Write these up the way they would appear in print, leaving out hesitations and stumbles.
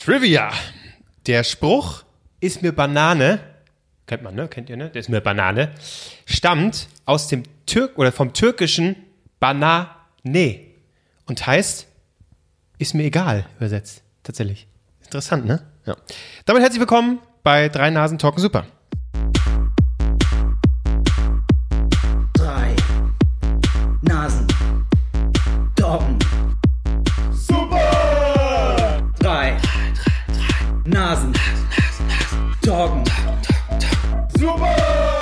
Trivia. Der Spruch ist mir Banane, kennt man, ne? Kennt ihr, ne? Der ist mir Banane, stammt aus dem vom türkischen Banane und heißt, ist mir egal, übersetzt. Tatsächlich. Interessant, ne? Ja. Damit herzlich willkommen bei 3 Nasen Talken Super. 3 Nasen Talken Super! 3 Nasen Talken Super!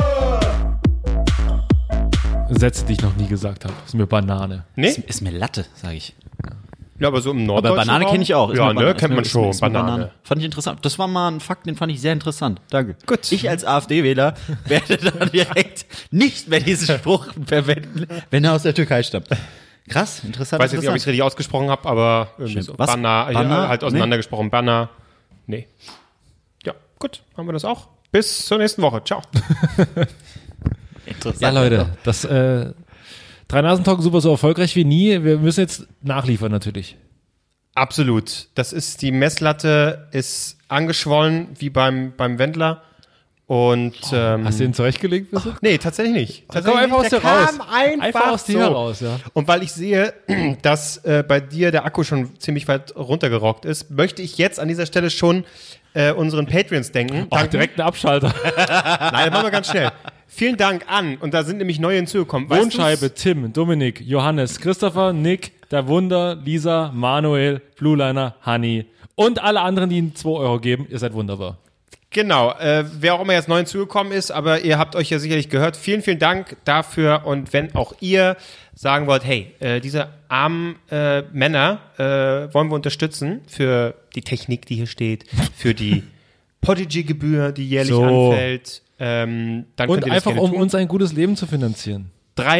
Sätze, die ich noch nie gesagt habe. Ist mir Banane. Nee? Ist mir Latte, sage ich. Ja, aber so im Norddeutschen Aber Banane Raum? kenne ich auch. Ja, ne, kennt man schon. Banane. Fand ich interessant. Das war mal ein Fakt, den fand ich sehr interessant. Danke. Gut. Ich als AfD-Wähler werde dann direkt nicht mehr diesen Spruch verwenden, wenn er aus der Türkei stammt. Krass, interessant. Ich weiß jetzt nicht, ob ich es richtig ausgesprochen habe, aber irgendwie so. Was? Banner, Banner? halt auseinandergesprochen. Banner. Nee. Ja, gut, haben wir das auch. Bis zur nächsten Woche. Ciao. Interessant. Ja, Leute, das 3 Nasen Talk super so erfolgreich wie nie. Wir müssen jetzt nachliefern natürlich. Absolut. Das ist, die Messlatte ist angeschwollen wie beim Wendler. Und, Hast du ihn zurechtgelegt? nee, tatsächlich nicht. Komm einfach aus Der dir raus. kam einfach aus dir so. heraus, ja. Und weil ich sehe, dass bei dir der Akku schon ziemlich weit runtergerockt ist, möchte ich jetzt an dieser Stelle schon unseren Patreons denken. Ach, direkt ein Abschalter. Nein, das machen wir ganz schnell. Vielen Dank an, und da sind nämlich neue hinzugekommen. Weißt Wohnscheibe, Tim, Dominik, Johannes, Christopher, Nick, der Wunder, Lisa, Manuel, Blueliner, Hanni und alle anderen, die ihnen 2 Euro geben. Ihr seid wunderbar. Genau, wer auch immer jetzt neu hinzugekommen ist, aber ihr habt euch ja sicherlich gehört. Vielen, vielen Dank dafür, und wenn auch ihr sagen wollt, hey, diese armen Männer wollen wir unterstützen für die Technik, die hier steht, für die Podigy-Gebühr, die jährlich anfällt, dann könnt Und ihr das einfach, gerne um tun. uns ein gutes Leben zu finanzieren.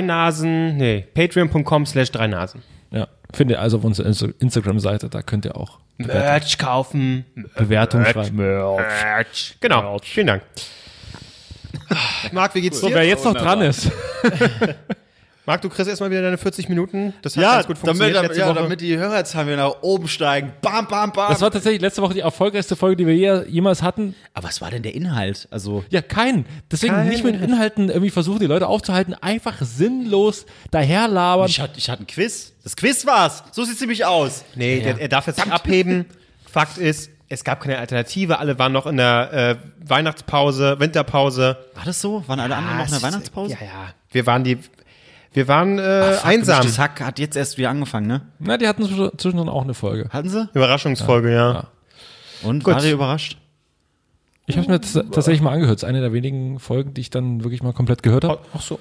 patreon.com/3nasen. Ja, findet ihr also auf unserer Instagram-Seite, da könnt ihr auch Merch kaufen. Bewertungen schreiben. Merch. Genau, vielen Dank. Marc, wie geht's So, dir? wer jetzt noch dran ist. Marc, du kriegst erstmal wieder deine 40 Minuten. Das hat Ja, ganz gut funktioniert letzte Woche. damit die Hörerzahlen wieder nach oben steigen. Bam, bam, bam. Das war tatsächlich letzte Woche die erfolgreichste Folge, die wir jemals hatten. Aber was war denn der Inhalt? Also, Ja, keinen. Deswegen nicht mit Inhalten irgendwie versuchen, die Leute aufzuhalten. Einfach sinnlos daherlabern. ich hatte ein Quiz. Das Quiz war's. So sieht's nämlich aus. Nee, er darf jetzt nicht abheben. Fakt ist, es gab keine Alternative. Alle waren noch in der Weihnachtspause, Winterpause. War das so? Waren alle anderen noch in der Weihnachtspause? Ja. Wir waren einsam. Das Hack hat jetzt erst wieder angefangen, ne? Na, die hatten zwischendrin auch eine Folge. Hatten sie? Überraschungsfolge, ja. Und Gut. war ihr überrascht? Ich habe es mir tatsächlich mal angehört. Das ist eine der wenigen Folgen, die ich dann wirklich mal komplett gehört habe. Ach so.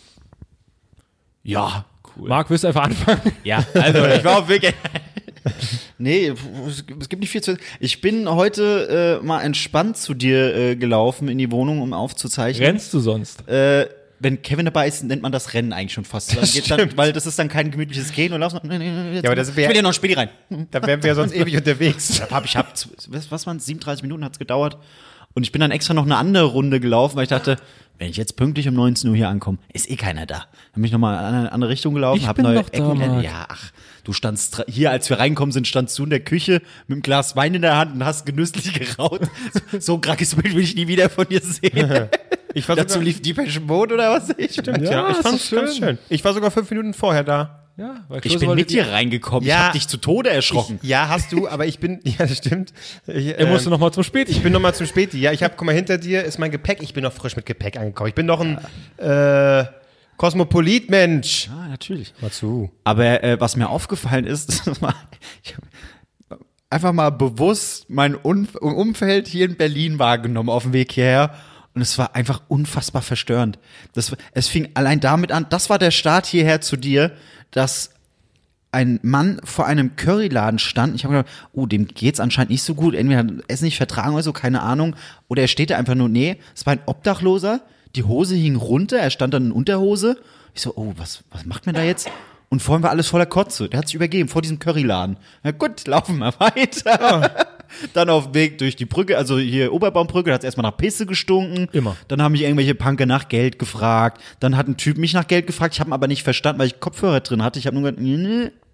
Ja, cool. Marc, willst du einfach anfangen? Ja, also ich war auf Weg. Nee, es gibt nicht viel zu. Ich bin heute mal entspannt zu dir gelaufen in die Wohnung, um aufzuzeichnen. Rennst du sonst? Wenn Kevin dabei ist, nennt man das Rennen eigentlich schon fast. Weil das ist dann kein gemütliches Gehen und laufen. Ja, aber das ich will ja noch ein Spiel rein. Da wären wir sonst ewig unterwegs. Was waren es? 37 Minuten hat's gedauert. Und ich bin dann extra noch eine andere Runde gelaufen, weil ich dachte, wenn ich jetzt pünktlich um 19 Uhr hier ankomme, ist eh keiner da. Dann bin ich nochmal in eine andere Richtung gelaufen, Ich hab bin neue doch da, Ecken. Marc. Ja, ach, du standst hier, als wir reinkommen sind, standst du in der Küche mit einem Glas Wein in der Hand und hast genüsslich geraucht. So ein krankes Bild will ich nie wieder von dir sehen. Ich war Dazu sogar, lief Depeche Mode oder was? stimmt, Ja, ja, ich ist fand's doch ganz schön. Ich war sogar 5 Minuten vorher da. Ja, weil Ich Klose bin wollte mit dir reingekommen. Ja. Ich hab dich zu Tode erschrocken. Ja, hast du, aber ich bin, ja, das stimmt. Er musste noch mal zum Späti. Ich bin nochmal zum Späti. Ja, guck mal, hinter dir ist mein Gepäck. Ich bin noch frisch mit Gepäck angekommen. Ich bin noch ein Kosmopolit-Mensch. Ah, natürlich. Mal zu. Aber was mir aufgefallen ist, ich hab einfach mal bewusst mein Umfeld hier in Berlin wahrgenommen auf dem Weg hierher. Und es war einfach unfassbar verstörend. Es fing allein damit an, das war der Start hierher zu dir, dass ein Mann vor einem Curryladen stand. Ich habe gedacht, oh, dem geht's anscheinend nicht so gut. Entweder hat er es nicht vertragen oder so, keine Ahnung. Oder er steht da einfach nur, nee, es war ein Obdachloser. Die Hose hing runter, er stand dann in Unterhose. Ich so, oh, was macht man da jetzt? Und vorhin war alles voller Kotze. Der hat sich übergeben vor diesem Curryladen. Na gut, laufen wir weiter. Dann auf dem Weg durch die Brücke, also hier Oberbaumbrücke, da hat es erstmal nach Pisse gestunken. Immer. Dann haben mich irgendwelche Punker nach Geld gefragt. Dann hat ein Typ mich nach Geld gefragt. Ich habe ihn aber nicht verstanden, weil ich Kopfhörer drin hatte. Ich habe nur gesagt,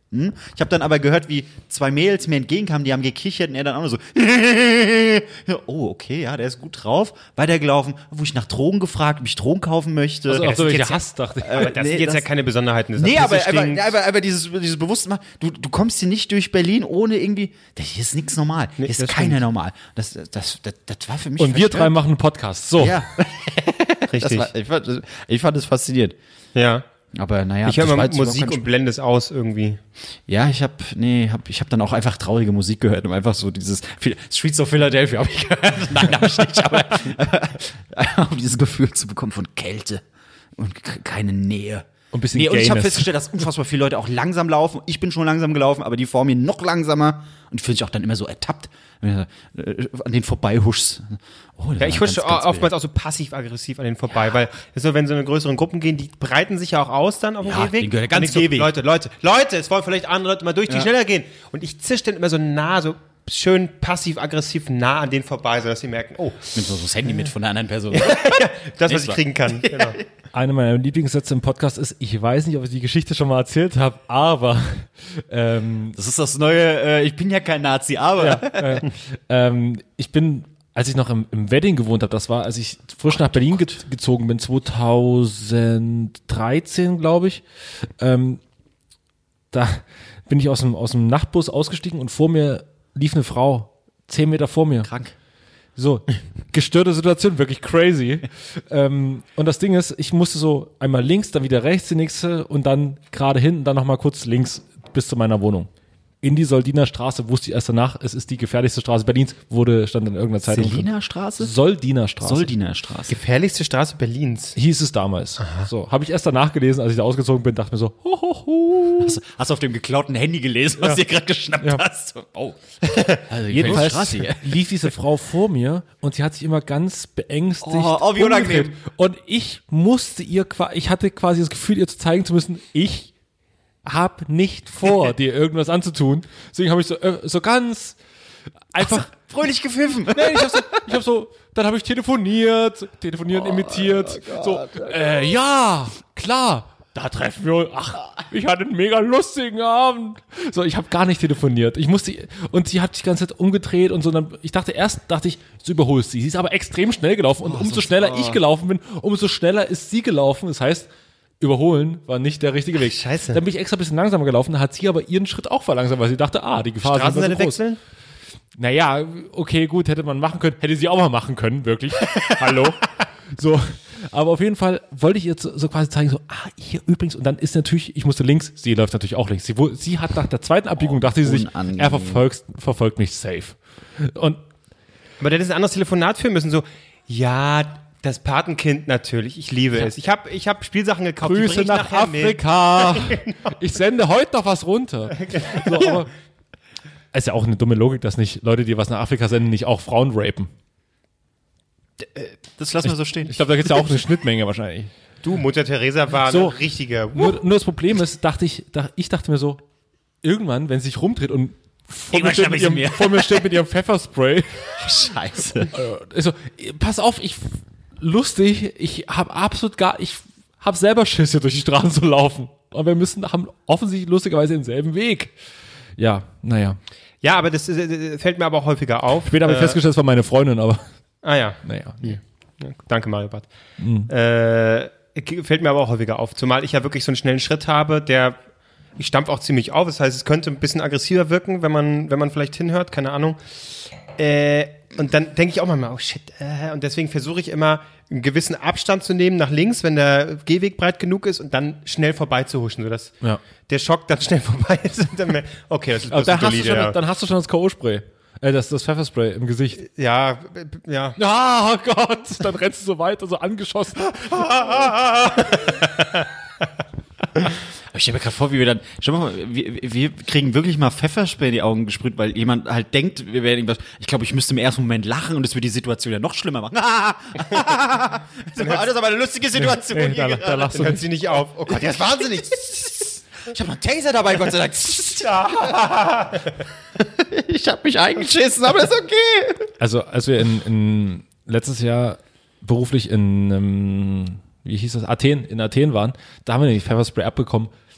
Ich habe dann aber gehört, wie 2 Mädels mir entgegenkamen, die haben gekichert und er dann auch nur so, oh, okay, ja, der ist gut drauf. Weitergelaufen, wo ich nach Drogen gefragt, ob ich Drogen kaufen möchte. Also auch so welche jetzt- Hass, dachte ich. Aber das sind jetzt ja keine Besonderheiten. Das Nee, aber stinkt. dieses Bewusstsein, du kommst hier nicht durch Berlin ohne irgendwie, hier ist nichts normal, hier ist das keiner normal. Das war für mich Und wir verstörend. 3 machen einen Podcast. So. Ja, Richtig. ich fand es faszinierend. Ja. Aber naja, Ich höre das war mal jetzt überhaupt Musik kein und blende es aus irgendwie. Ja, ich hab dann auch einfach traurige Musik gehört, um einfach so dieses Streets of Philadelphia habe ich gehört. Nein, habe ich nicht, aber um dieses Gefühl zu bekommen von Kälte und keine Nähe. Und ein bisschen und ich habe Gayness. festgestellt, dass unfassbar viele Leute auch langsam laufen. Ich bin schon langsam gelaufen, aber die vor mir noch langsamer und fühlen sich auch dann immer so ertappt, wenn du an den vorbeihuschst. Oh, das Ja, ich war husche ganz oftmals auch so passiv-aggressiv an denen vorbei, weil es so, wenn so eine größeren Gruppen gehen, die breiten sich ja auch aus dann auf dem Ja, Gehweg. denen gehört der Und ganze ich so, Gehweg. Leute, es wollen vielleicht andere Leute mal durch, die schneller gehen. Und ich zisch dann immer so nah, so schön passiv-aggressiv nah an denen vorbei, sodass sie merken, oh, Nimm so das Handy mit von der anderen Person. das, was ich kriegen kann. Genau. Einer meiner Lieblingssätze im Podcast ist, ich weiß nicht, ob ich die Geschichte schon mal erzählt habe, aber Das ist das neue, ich bin ja kein Nazi, aber. ich bin, als ich noch im Wedding gewohnt habe, das war, als ich frisch nach Berlin gezogen bin, 2013, glaube ich, da bin ich aus dem Nachtbus ausgestiegen und vor mir lief eine Frau, 10 Meter vor mir. Krank. So, gestörte Situation, wirklich crazy. Und das Ding ist, ich musste so einmal links, dann wieder rechts die nächste und dann gerade hinten, dann nochmal kurz links bis zu meiner Wohnung. In die Soldiner Straße wusste ich erst danach, es ist die gefährlichste Straße Berlins, stand in irgendeiner Zeitung. Selina Straße? Soldiner Straße. Soldiner Straße. Gefährlichste Straße Berlins. Hieß es damals. So, habe ich erst danach gelesen, als ich da ausgezogen bin, dachte mir so, ho. Hast du auf dem geklauten Handy gelesen, was du dir gerade geschnappt hast? Oh. Also, Jedenfalls Straße hier. lief diese Frau vor mir und sie hat sich immer ganz beängstigt wie unangenehm. umgedreht. Und ich musste ich hatte quasi das Gefühl, ihr zu zeigen zu müssen, ich habe nicht vor, dir irgendwas anzutun. Deswegen habe ich so ganz einfach Fröhlich gepfiffen. Nee, dann habe ich telefoniert imitiert. Ja, klar, da treffen wir uns. Ach, ich hatte einen mega lustigen Abend. So, ich habe gar nicht telefoniert. Und sie hat sich die ganze Zeit umgedreht und so. Dann, erst dachte ich, du überholst sie. Sie ist aber extrem schnell gelaufen und umso schneller ich gelaufen bin, umso schneller ist sie gelaufen. Das heißt, überholen war nicht der richtige Weg. Scheiße. Dann bin ich extra ein bisschen langsamer gelaufen, da hat sie aber ihren Schritt auch verlangsamt, weil sie dachte, die Gefahr ist nicht mehr so Straßenseite groß. wechseln? Naja, okay, gut, hätte man machen können. Hätte sie auch mal machen können, wirklich. Hallo. So, aber auf jeden Fall wollte ich ihr so quasi zeigen, hier übrigens, und dann ist natürlich, ich musste links, sie läuft natürlich auch links. Sie hat nach der zweiten Abbiegung, dachte sie sich, unangenehm. er verfolgt mich safe. Und Aber der hätte ein anderes Telefonat führen müssen, so, ja, das Patenkind natürlich, ich liebe es. Ich hab Spielsachen gekauft, die Grüße bring ich nach nachher mit. Afrika. Ich sende heute noch was runter. So, aber es ist ja auch eine dumme Logik, dass nicht Leute, die was nach Afrika senden, nicht auch Frauen rapen. Das lassen wir so stehen. Ich glaube, da gibt es ja auch eine Schnittmenge wahrscheinlich. Du, Mutter Teresa war So. ein richtiger. Nur das Problem ist, ich dachte mir so, irgendwann, wenn sie sich rumdreht und vor mir, steht mit ihrem Pfefferspray, Scheiße. also, pass auf, ich habe selber Schiss, hier durch die Straßen zu laufen. Und wir haben offensichtlich lustigerweise denselben Weg. Ja, naja. Ja, aber das fällt mir aber auch häufiger auf. Später habe ich festgestellt, es war meine Freundin, aber Ja. naja. Ja, danke, Mario Barth. Fällt mir aber auch häufiger auf. Zumal ich ja wirklich so einen schnellen Schritt habe, ich stampfe auch ziemlich auf. Das heißt, es könnte ein bisschen aggressiver wirken, wenn man vielleicht hinhört, keine Ahnung. Und dann denke ich auch manchmal, oh shit. Und deswegen versuche ich immer, einen gewissen Abstand zu nehmen nach links, wenn der Gehweg breit genug ist und dann schnell vorbei zu huschen, sodass der Schock dann schnell vorbei ist. Und dann okay, das ist Aber bloß ein Solide, ja. dann hast du schon das K.O.-Spray. Das Pfefferspray im Gesicht. Ja. Ah, oh Gott, dann rennst du so weiter, so angeschossen. Ich stell mir gerade vor, wie wir dann, stell mal, wir kriegen wirklich mal Pfefferspray in die Augen gesprüht, weil jemand halt denkt, wir werden irgendwas, ich glaube, ich müsste im ersten Moment lachen und das würde die Situation ja noch schlimmer machen. Das ist aber eine lustige Situation hier da gerade. lachst du Dann hört nicht. sie nicht auf. Oh Gott, der ist wahnsinnig. Ich habe noch einen Taser dabei, Gott sei Dank. Ich habe mich eingeschissen, aber das ist okay. Also, als wir in letztes Jahr beruflich in Athen waren, da haben wir nämlich Pfefferspray abbekommen.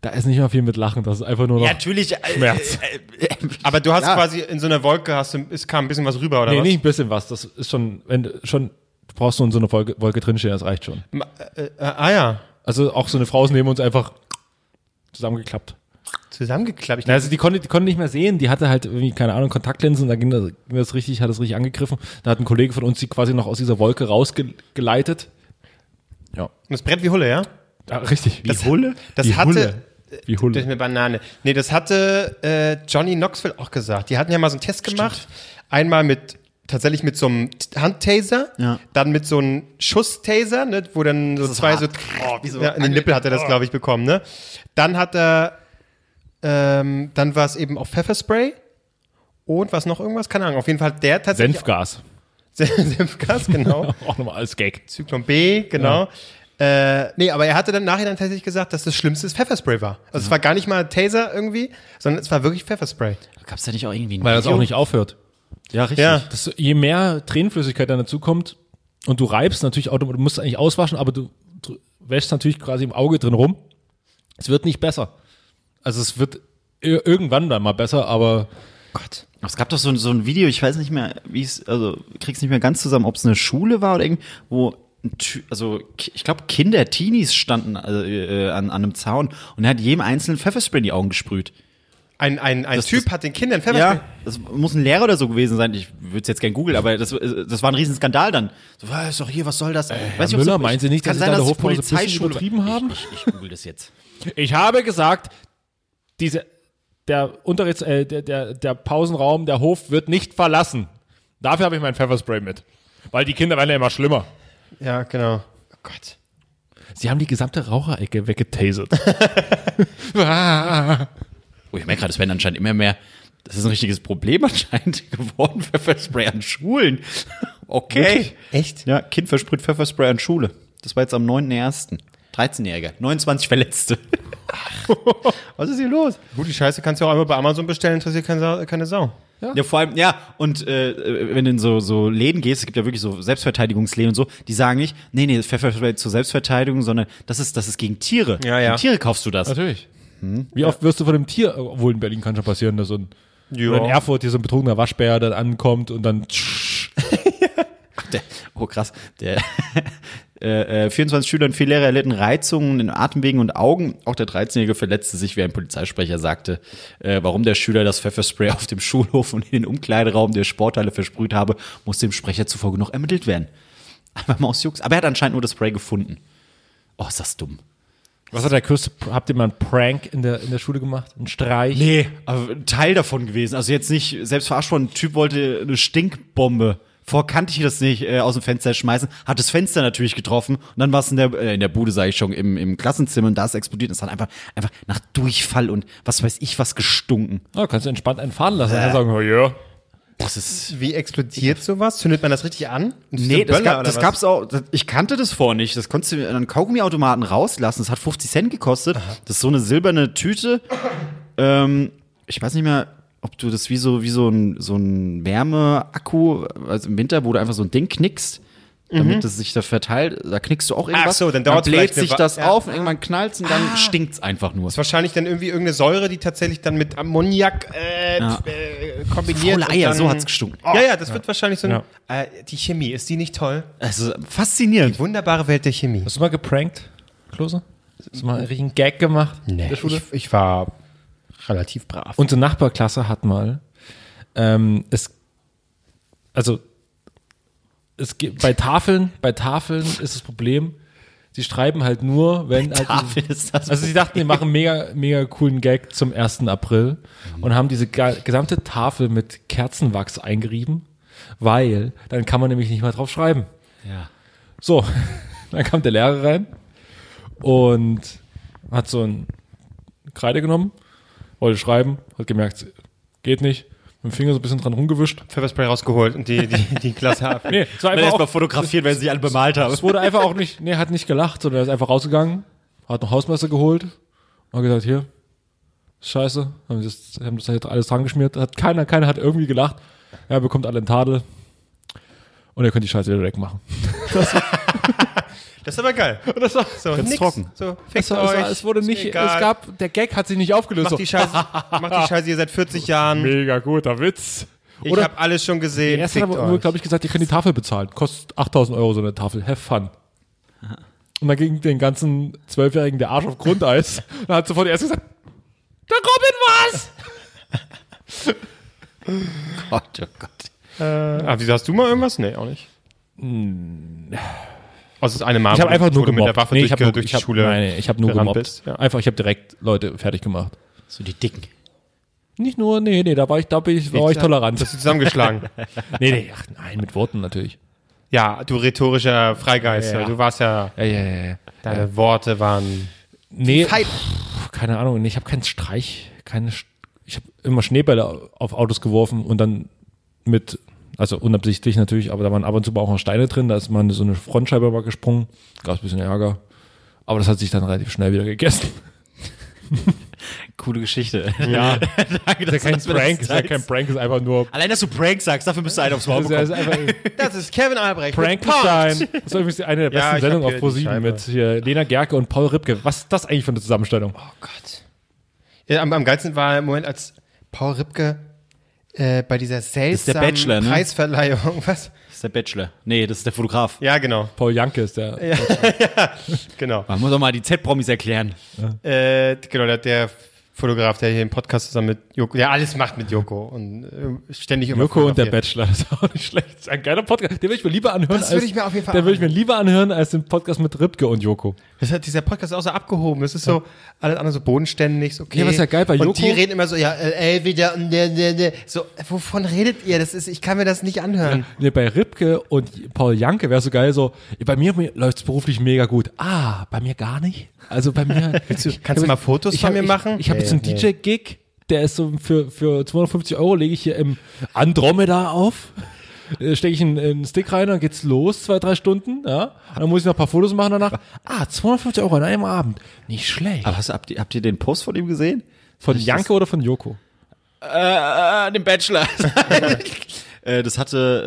Da ist nicht mehr viel mit Lachen, das ist einfach nur noch natürlich. Schmerz. Aber du hast Ja. quasi in so einer Wolke, es kam ein bisschen was rüber, oder Nee, was? nicht ein bisschen was. Das ist schon, du brauchst nur in so einer Wolke drinstehen, das reicht schon. Ja. Also auch so eine Frau ist neben uns einfach zusammengeklappt. Zusammengeklappt. Ich Also die konnte nicht mehr sehen, die hatte halt irgendwie, keine Ahnung, Kontaktlinsen und da hat das richtig angegriffen. Da hat ein Kollege von uns sie quasi noch aus dieser Wolke rausgeleitet. Ja. Und das brennt wie Hulle, ja? Ja, richtig. Das- Hulle? das Wie hatte- Hulle. Wie Das Hulle. ist eine Banane. Nee, das hatte Johnny Knoxville auch gesagt. Die hatten ja mal so einen Test gemacht. Einmal tatsächlich mit so einem Handtaser, Ja. dann mit so einem Schusstaser, ne, wo dann so zwei so, ja, in den Nippel hat er das, glaube ich, bekommen, ne? Dann hat er, dann war es eben auch Pfefferspray und was noch irgendwas, keine Ahnung. Auf jeden Fall hat der tatsächlich Senfgas. Senfgas, genau. Auch nochmal als Gag. Zyklon B, genau. Nee, aber er hatte dann nachher tatsächlich gesagt, dass das Schlimmste Pfefferspray war. Also es war gar nicht mal Taser irgendwie, sondern es war wirklich Pfefferspray. Gab es da nicht auch irgendwie ein Weil das Video? auch nicht aufhört. Ja, richtig. Ja. Je mehr Tränenflüssigkeit dann dazu kommt und du reibst natürlich auch, du musst eigentlich auswaschen, aber du wäschst natürlich quasi im Auge drin rum. Es wird nicht besser. Also es wird irgendwann dann mal besser, aber Gott. Es gab doch so ein Video, ich weiß nicht mehr, krieg's nicht mehr ganz zusammen, ob es eine Schule war oder irgendwie, wo ich glaube Teenies standen an einem Zaun und er hat jedem einzelnen Pfefferspray in die Augen gesprüht. Ein Typ hat den Kindern Pfefferspray. Ja, das muss ein Lehrer oder so gewesen sein. Ich würde es jetzt gern googeln, aber das war ein Riesenskandal dann. So, ist doch hier, was soll das? Herr Müller, meinen Sie nicht, dass Sie da in der Hofpause ein bisschen übertrieben haben? Ich google das jetzt. ich habe gesagt, der Pausenraum, der Hof wird nicht verlassen. Dafür habe ich mein Pfefferspray mit. Weil die Kinder werden ja immer schlimmer. Ja, genau. Oh Gott. Sie haben die gesamte Raucherecke weggetasert. Oh, ich merke gerade, es werden anscheinend immer mehr. Das ist ein richtiges Problem anscheinend geworden, Pfefferspray an Schulen. Okay. Echt? Ja, Kind versprüht Pfefferspray an Schule. Das war jetzt am 9.1. 13-Jähriger, 29 Verletzte. Was ist hier los? Gut, die Scheiße kannst du auch einmal bei Amazon bestellen, interessiert keine Sau. Ja, vor allem, ja, und wenn du in so Läden gehst, es gibt ja wirklich so Selbstverteidigungsläden und so, die sagen nicht, nee, Pfefferspray zur Selbstverteidigung, sondern das ist gegen Tiere. Ja, ja. Gegen Tiere kaufst du das. Natürlich. Wie oft wirst du von einem Tier, obwohl in Berlin kann schon passieren, dass oder in Erfurt hier so ein betrunkener Waschbär dann ankommt und dann Krass. Der 24 Schüler und 4 Lehrer erlitten Reizungen in Atemwegen und Augen. Auch der 13-Jährige verletzte sich, wie ein Polizeisprecher sagte. Warum der Schüler das Pfefferspray auf dem Schulhof und in den Umkleideraum der Sporthalle versprüht habe, musste dem Sprecher zufolge noch ermittelt werden. Einfach mal aus Jux. Aber er hat anscheinend nur das Spray gefunden. Oh, ist das dumm. Was hat der größte, habt ihr mal einen Prank in der Schule gemacht? Einen Streich? Nee, aber ein Teil davon gewesen. Also jetzt nicht selbst verarscht worden. Ein Typ wollte eine Stinkbombe. Vorher kannte ich das nicht, aus dem Fenster schmeißen. Hat das Fenster natürlich getroffen. Und dann war es in der Bude, sage ich schon, im Klassenzimmer. Und da ist explodiert. Und es hat einfach nach Durchfall und was weiß ich was gestunken. Oh, kannst du entspannt einen fahren lassen. Dann sagen, oh, ja. Das ist... Wie explodiert sowas? Zündet man das richtig an? Nee, das Böller, oder was? gab's auch. Ich kannte das vorher nicht. Das konntest du in einen Kaugummiautomaten rauslassen. Das hat 50 Cent gekostet. Das ist so eine silberne Tüte. Ich weiß nicht mehr, ob du das wie so ein Wärmeakku, also im Winter, wo du einfach so ein Ding knickst, damit es sich da verteilt. Da knickst du auch irgendwas. Ach so, dann dauert's bläht vielleicht sich eine das Ja. auf und irgendwann knallt's und dann stinkt's einfach nur. Das ist wahrscheinlich dann irgendwie irgendeine Säure, die tatsächlich dann mit Ammoniak kombiniert. Faule Eier, und so dann, hat's gestunken. Ja, das wird wahrscheinlich so ein... Ja. Die Chemie, ist die nicht toll? Also faszinierend. Wunderbare Welt der Chemie. Hast du mal geprankt, Klose? Hast du mal einen richtigen Gag gemacht in der Schule? Ich war relativ brav. Unsere Nachbarklasse hat mal, bei Tafeln ist das Problem, sie schreiben halt nur, wenn halt Tafel ist das. also sie dachten, die machen mega, mega coolen Gag zum 1. April und haben diese gesamte Tafel mit Kerzenwachs eingerieben, weil dann kann man nämlich nicht mehr drauf schreiben. Ja. So, dann kam der Lehrer rein und hat so ein Kreide genommen, wollte schreiben, hat gemerkt, geht nicht, mit dem Finger so ein bisschen dran rumgewischt. Pfefferspray rausgeholt und die Klasse ab. Nee, es war Dann einfach erst mal auch, fotografiert, wenn sie alle bemalt haben. es wurde einfach auch nicht, hat nicht gelacht, sondern er ist einfach rausgegangen, hat noch Hausmeister geholt und hat gesagt, hier, ist scheiße, haben das halt alles dran geschmiert, keiner hat irgendwie gelacht, er bekommt alle einen Tadel und er könnte die Scheiße wieder wegmachen. Das ist aber geil. Und das war So, Ganz nix. trocken. So, fickt euch. es wurde ist nicht, mir egal. der Gag hat sich nicht aufgelöst. Macht die Scheiße hier seit 40 Jahren. Mega guter Witz. Ich Oder habe alles schon gesehen. erst hat Fickt er nur, euch. glaube ich, gesagt, ihr könnt die Tafel bezahlen. Kostet 8.000 Euro so eine Tafel. Have fun. Und dann ging den ganzen 12-Jährigen der Arsch auf Grundeis. Und dann hat sofort der Erste gesagt, der Robin war's! Gott, oh Gott. Wieso hast du mal irgendwas? Nee, auch nicht. Also das eine Mal, Ich habe einfach nur wo du mit gemobbt. der Waffe ich habe durch die Schule Nein, ich habe nur gerannt gemobbt. bist, ja. Einfach, ich habe direkt Leute fertig gemacht. So die Dicken. Nicht nur, da war ich tolerant. Hast du zusammengeschlagen? Nee, ach nein, mit Worten natürlich. Ja, du rhetorischer Freigeist. Ja. Du warst ja, Ja. deine Worte waren... Nee, Fight. keine Ahnung, nee, ich habe keinen Streich, ich habe immer Schneebälle auf Autos geworfen und dann also unabsichtlich natürlich, aber da waren ab und zu auch noch Steine drin, da ist mal so eine Frontscheibe mal gesprungen, gab es ein bisschen Ärger, aber das hat sich dann relativ schnell wieder gegessen. Coole Geschichte. Ja, Danke, ist ja kein Prank, ist einfach nur Allein, dass du Prank sagst, dafür müsst du einen aufs Maul ist bekommen. einfach Das ist Kevin Albrecht. Frankenstein. Das ist übrigens eine der Ja, besten ich Sendungen hab auf hier die Pro7 Scheibe. mit hier Lena Gerke und Paul Ripke. Was ist das eigentlich für eine Zusammenstellung? Oh Gott. Ja, am geilsten war im Moment, als Paul Ripke bei dieser ist der seltsamen Bachelor, ne? Preisverleihung, was? Das ist der Bachelor. Nee, das ist der Fotograf. Ja, genau. Paul Janke ist der. Genau. Man muss doch mal die Z-Promis erklären. Genau, der Fotograf, der hier im Podcast zusammen mit Joko, der alles macht mit Joko und ständig immer Joko und der fotografiert. Bachelor, das ist auch nicht schlecht. Das ist ein geiler Podcast. Den würde ich mir lieber anhören. Das würde ich mir auf jeden Fall Den würde ich mir lieber anhören als den Podcast mit Ripke und Joko. Das hat dieser Podcast auch so abgehoben. Es ist so, alles andere so bodenständig, so okay. Ja, was ja geil bei Joko- Und die reden immer so, ja, wieder und der. So, wovon redet ihr? Ich kann mir das nicht anhören. Nee, bei Ripke und Paul Janke wäre so geil so, bei mir läuft es beruflich mega gut. Bei mir gar nicht. Also bei mir. Kannst du mal Fotos von mir machen? Ich habe jetzt einen DJ-Gig, der ist so für 250 Euro lege ich hier im Andromeda auf. Stecke ich einen Stick rein, dann geht's los, 2-3 Stunden, ja. Und dann muss ich noch ein paar Fotos machen danach. 250 Euro an einem Abend. Nicht schlecht. Aber habt ihr den Post von ihm gesehen? Von Janke oder von Joko? Den Bachelor. Das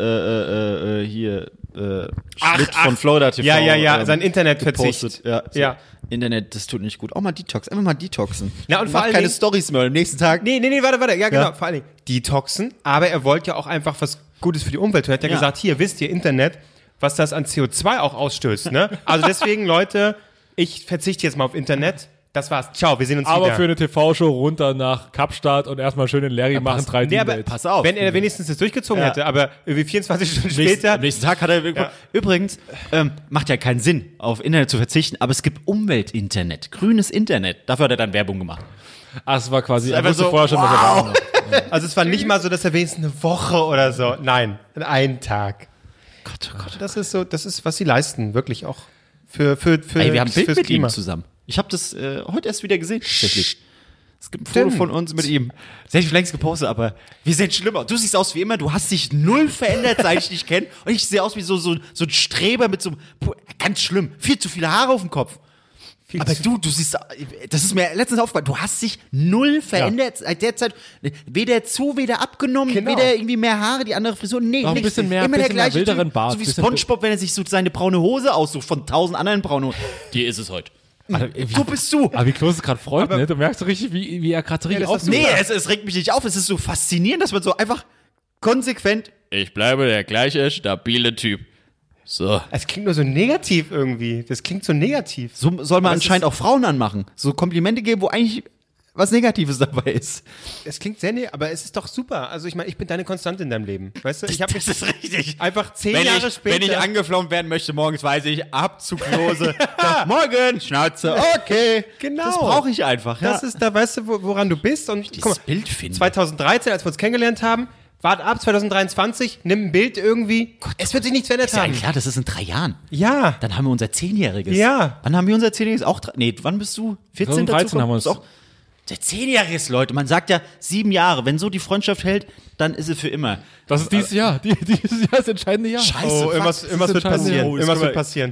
hatte hier Schmidt von Florida TV. Ja, sein Internetverzicht. gepostet. Ja, so. Ja. Internet, das tut nicht gut. Auch mal Detox, einfach mal detoxen. Ja, und vor Mach allen keine Dingen- Storys mehr. Und am nächsten Tag. Nee, warte. Ja, genau, Ja. vor allen Dingen detoxen. Aber er wollte ja auch einfach was Gutes für die Umwelt. Er hat ja Ja. gesagt, hier, wisst ihr, Internet, was das an CO2 auch ausstößt, ne? Also deswegen, Leute, ich verzichte jetzt mal auf Internet. Das war's. Ciao, wir sehen uns Aber wieder. für eine TV-Show runter nach Kapstadt und erstmal schön in Larry machen, 3 Nee, aber D-Dates. Pass auf. Wenn er wenigstens das durchgezogen Ja. hätte, aber irgendwie 24 Stunden Am später. nächsten Tag hat er übrigens, macht ja keinen Sinn, auf Internet zu verzichten, aber es gibt Umweltinternet, grünes Internet. Dafür hat er dann Werbung gemacht. Es war quasi, er einfach wusste so, vorher schon, was er machen muss. Also es war nicht mal so, dass er wenigstens eine Woche oder so. Nein, einen Tag. Gott, oh Gott. Das ist, was sie leisten, wirklich auch. Für Ey, wir haben ein Bild fürs mit Klima. ihm zusammen. Ich habe das heute erst wieder gesehen. Tatsächlich. Es gibt ein Stimmt. Foto von uns mit ihm. Das hätte ich längst gepostet, aber wir sehen schlimmer. Du siehst aus wie immer, du hast dich null verändert, seit ich dich kenne. Und ich sehe aus wie so ein Streber mit so einem, ganz schlimm, viel zu viele Haare auf dem Kopf. Aber du siehst, das ist mir letztens aufgefallen, du hast dich null verändert seit der Zeit. Weder weder abgenommen, Genau. weder irgendwie mehr Haare, die andere Frisur. Nee, Noch ein nix. bisschen mehr- Immer der bisschen mehr gleiche wilderen Typ. Bart, So wie bisschen- Spongebob, wenn er sich so seine braune Hose aussucht von 1000 anderen braunen Hosen. Dir ist es heute. So bist du. Aber wie Klos ist gerade Freund, ne? Du merkst so richtig, wie er gerade so richtig das ist aufsieht. Nee, es regt mich nicht auf. Es ist so faszinierend, dass man so einfach konsequent. Ich bleibe der gleiche stabile Typ. So. Es klingt nur so negativ irgendwie. Das klingt so negativ. So soll man Aber es anscheinend auch Frauen anmachen. So Komplimente geben, wo eigentlich was Negatives dabei ist. Es klingt sehr aber es ist doch super. Also ich meine, ich bin deine Konstante in deinem Leben. Weißt du, ich habe mich ist richtig. einfach 10 Jahre später. Wenn ich angeflogen werden möchte morgens, weiß ich, Abzuglose. Morgen, Schnauze, okay. Genau. Das brauche ich einfach. das Ja. ist, da weißt du, woran du bist. Und guck mal, Bild finden. 2013, als wir uns kennengelernt haben, wart ab 2023, nimm ein Bild irgendwie. Es wird sich nichts verändert Ist ja haben. klar, das ist in 3 Jahren. Ja. Dann haben wir unser 10-Jähriges. Ja. Wann haben wir unser 10-Jähriges? Auch nee, wann bist du? 14 2013 dazu? haben wir uns- Auch der 10-Jähriges, Leute. Man sagt ja 7 Jahre. Wenn so die Freundschaft hält, dann ist es für immer. Das ist dieses Jahr. Dieses Jahr ist das entscheidende Jahr. Scheiße, Oh, fuck, irgendwas das wird ist entscheidend. passieren. Oh, das Irgendwas können wird wir- passieren.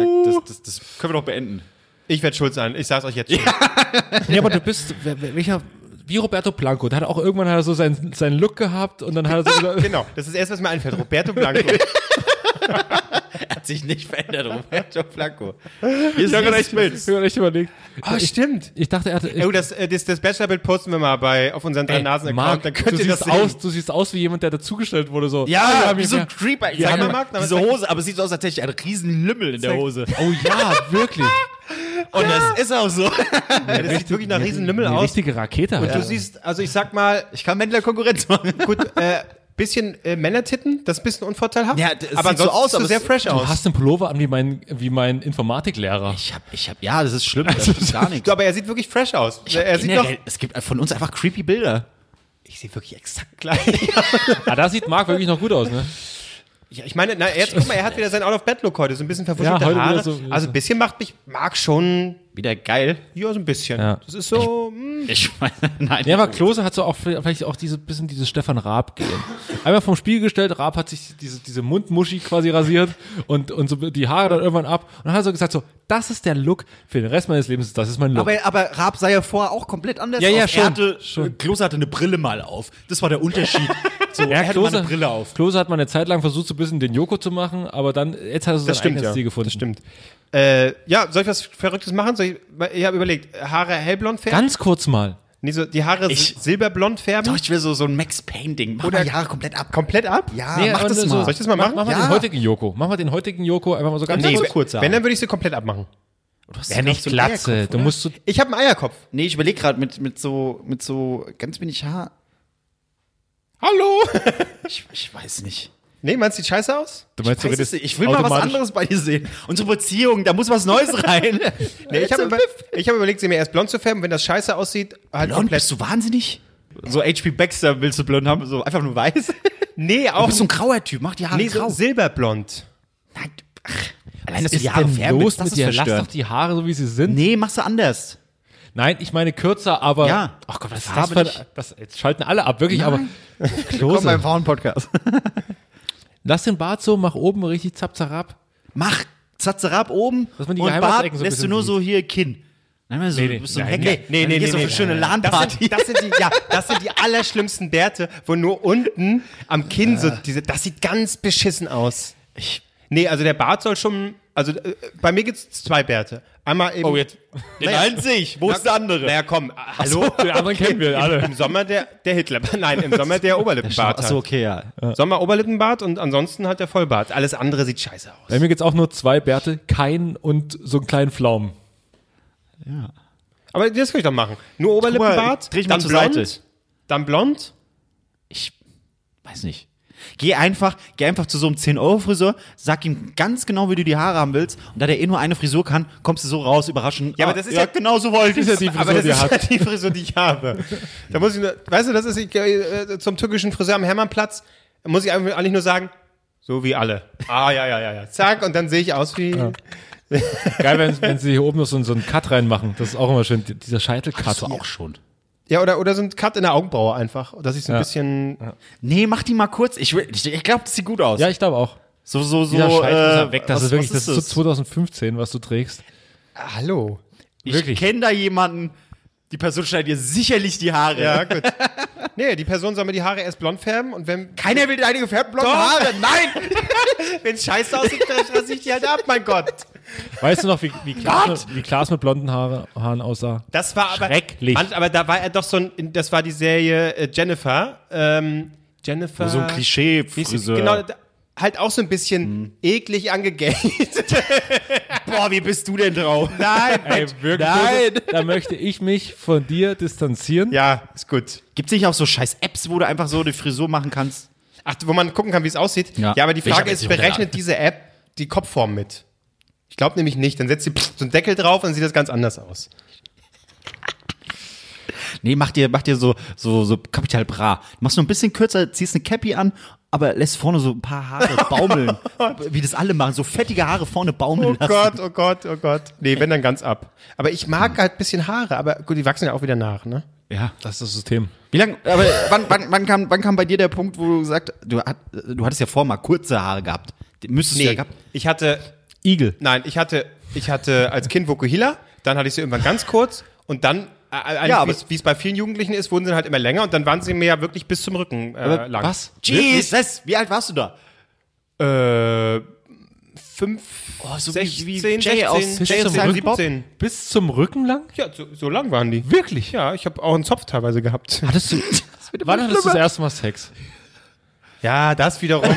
Das können wir doch beenden. Ich werde schuld sein. Ich sag's euch jetzt schon. Ja, aber du bist, welcher, wie Roberto Blanco. Der hat auch irgendwann hat er so seinen Look gehabt und dann hat er so Genau, das ist das erste, was mir einfällt. Roberto Blanco. Er hat sich nicht verändert, Roberto Blanco. Ich habe gerade echt überlegt. Oh, stimmt. Ich dachte, er hatte. Oh, das Bachelorbild posten wir mal auf unseren 3 Nasen-Account. Marc, Dann könnt ihr das sehen. du siehst aus wie jemand, der dazugestellt wurde. So. Ja, wie wir- so ein Creeper. wir haben- Diese Hose, aber es sieht so aus, als hätte ich einen riesen Lümmel in der Hose. Oh ja, wirklich. Und das ist auch so. Ja, das sieht wirklich nach riesen Lümmel Eine aus. richtige Rakete. Und halt. du siehst, also ich sag mal, Ich kann Mendler Konkurrenz machen. gut, bisschen Männertitten, das ist ein bisschen unvorteilhaft. Ja, das aber sieht so ansonsten aus, siehst du aber sehr es- fresh Du aus. hast einen Pullover an wie mein Informatiklehrer. Ja, das ist schlimm. Das ist gar nichts. Du, aber er sieht wirklich fresh aus. Er sieht doch. Generell, es gibt von uns einfach creepy Bilder. Ich sehe wirklich exakt gleich. Ah, da sieht Marc wirklich noch gut aus, ne? Ja, ich meine, jetzt guck mal, er hat wieder sein Out-of-Bed-Look heute, so ein bisschen verwuschelte Ja, heute Haare. wieder so- Also ein bisschen macht mich Marc schon, Wieder geil. ja, so ein bisschen. Ja. Das ist so, Ich meine, nein. Ja, aber Klose hat so auch vielleicht auch dieses Stefan Raab gehen. Einmal vom Spiegel gestellt, Raab hat sich diese Mundmuschi quasi rasiert und so die Haare dann irgendwann ab und dann hat er so gesagt so, das ist der Look für den Rest meines Lebens, das ist mein Look. Aber Raab sah ja vorher auch komplett anders Ja, ja, aus. schon. Klose hatte eine Brille mal auf. Das war der Unterschied. So, er hatte mal eine Brille auf. Klose hat mal eine Zeit lang versucht, so ein bisschen den Joko zu machen, aber dann, jetzt hat er so sein eigenes Stil gefunden. Das stimmt. Ja, soll ich was Verrücktes machen? Ich habe überlegt, Haare hellblond färben? Ganz kurz mal. Nee, so die Haare silberblond färben? Doch, ich will so ein Max Payne-Ding. Mach mal die Haare komplett ab. Komplett ab? Ja, Nee, mach aber das so- mal. Soll ich das mal machen? Mach mal Ja. den heutigen Joko. Mach mal den heutigen Joko einfach mal so ganz Nee, kurz. kurze Haare. wenn, dann würde ich sie komplett abmachen. Du hast Ja, nicht so einen Glatze. Eierkopf, Du oder? musst so, Ich habe einen Eierkopf. Nee, ich überlege gerade mit so ganz wenig Haar. Hallo? Ich weiß nicht. Nee, meinst du, sieht scheiße aus? du meinst, du Weiß es redest nicht. Ich will mal was automatisch- anderes bei dir sehen. Unsere Beziehung, da muss was Neues rein. Nee, ich habe überlegt, sie mir erst blond zu färben. Wenn das scheiße aussieht, halt Blond, komplett. bist du wahnsinnig? So HP Baxter willst du blond haben, so einfach nur weiß? Nee, Du auch bist so ein grauer Typ, mach die Haare nee, so grau. silberblond. Nein, allein, dass du Was die ist Haare denn färben los willst, das mit ist dir? Lass doch verstörend. die Haare so, wie sie sind. Nee, machst du anders. Nein, ich meine kürzer, aber. Ja. Ach Gott, was ist das Farbe für nicht. Jetzt schalten alle ab, wirklich, Nein. aber. Komm Klose. beim Frauenpodcast. Lass den Bart so, mach oben richtig zapzerab. Mach Zatzerab oben Dass man die und Bart Geheimratsecken so ein lässt du bisschen nur sieht. so hier Kinn. Nein, mal so, Nee, du bist so ein nein, Hacker. Nee, Dann gehst du auf eine schöne LAN-Party. Das sind die allerschlimmsten Bärte, wo nur unten am Kinn so das sieht ganz beschissen aus. Nee, also der Bart soll schon, also bei mir gibt's 2 Bärte. Einmal eben. Den einen sehe ich. Wo ist der andere? Naja, komm, hallo? Den anderen kennen wir alle. Im Sommer der Hitler. Nein, im Sommer der Oberlippenbart. Achso, okay, ja. Sommer Oberlippenbart und ansonsten halt der Vollbart. Alles andere sieht scheiße aus. Bei mir gibt's auch nur 2 Bärte, kein und so einen kleinen Pflaumen. Aber das kann ich doch machen. Nur Oberlippenbart, dreh ich mal dann zur blond, Seite. dann blond. Ich weiß nicht. Geh einfach zu so einem 10-Euro-Friseur, sag ihm ganz genau, wie du die Haare haben willst. Und da der eh nur eine Frisur kann, kommst du so raus, überraschend. Ja, aber das ist ja genau so wollte ich Das ist ja die Aber Frisur, das die er ist hat. ja die Frisur, die ich habe. Da muss ich nur, weißt du, das ist zum türkischen Friseur am Hermannplatz, muss ich eigentlich nur sagen, so wie alle. Ah, ja. Zack, und dann sehe ich aus wie... Geil, wenn sie hier oben noch so einen Cut reinmachen. Das ist auch immer schön. Dieser Scheitelcut. auch schon. Ja, oder so ein Cut in der Augenbraue einfach, dass ich so ein bisschen... Nee, mach die mal kurz. Ich glaube, das sieht gut aus. Ja, ich glaube auch. So, Dieser Scheitel muss weg. Das ist wirklich, was das ist so 2015, was du trägst. Hallo. Ich wirklich. kenne da jemanden, die Person schneidet dir sicherlich die Haare. Ja, gut. Nee, die Person soll mir die Haare erst blond färben und wenn Keiner will deine gefärbten blonden Doch. Haare. Nein! wenn es scheiße aussieht, dann rasiere ich die halt ab, mein Gott. Weißt du noch, wie Klaas mit blonden Haaren aussah? Das war aber... Schrecklich. Mann, aber da war er doch so ein... Das war die Serie Jennifer. Jennifer... So ein Klischee-Friseur. Genau, halt auch so ein bisschen eklig angegäht. Boah, wie bist du denn drauf? Nein, Ey, wirklich? Nein. Da möchte ich mich von dir distanzieren. Ja, ist gut. Gibt's nicht auch so scheiß Apps, wo du einfach so eine Frisur machen kannst? Ach, wo man gucken kann, wie es aussieht? Ja. Ja, aber die Ich hab Frage jetzt ist, nicht berechnet diese App die Kopfform mit? Ich glaube nämlich nicht. Dann setzt sie so einen Deckel drauf und dann sieht das ganz anders aus. Nee, mach dir so Capital Bra. Machst nur ein bisschen kürzer, ziehst eine Cappy an, aber lässt vorne so ein paar Haare baumeln. Wie das alle machen, so fettige Haare vorne baumeln lassen. Oh Gott. Nee, wenn dann ganz ab. Aber ich mag halt ein bisschen Haare, aber gut, die wachsen ja auch wieder nach, ne? Ja. Das ist das System. Wie lange, aber wann kam bei dir der Punkt, wo du gesagt, du hattest ja vorher mal kurze Haare gehabt. Müsstest du ja gehabt. ich hatte Igel. Nein, ich hatte als Kind Vokuhila, dann hatte ich sie irgendwann ganz kurz und dann, Ja, aber- wie es bei vielen Jugendlichen ist, wurden sie halt immer länger und dann waren sie mir ja wirklich bis zum Rücken lang. Was? Jesus, wie alt warst du da? 5, so 16, wie 16, Jay aus 17. Bis zum Rücken lang? Ja, so lang waren die. Wirklich? Ja, ich habe auch einen Zopf teilweise gehabt. Hattest du, wann hattest du das erste Mal Sex? Ja, das wiederum.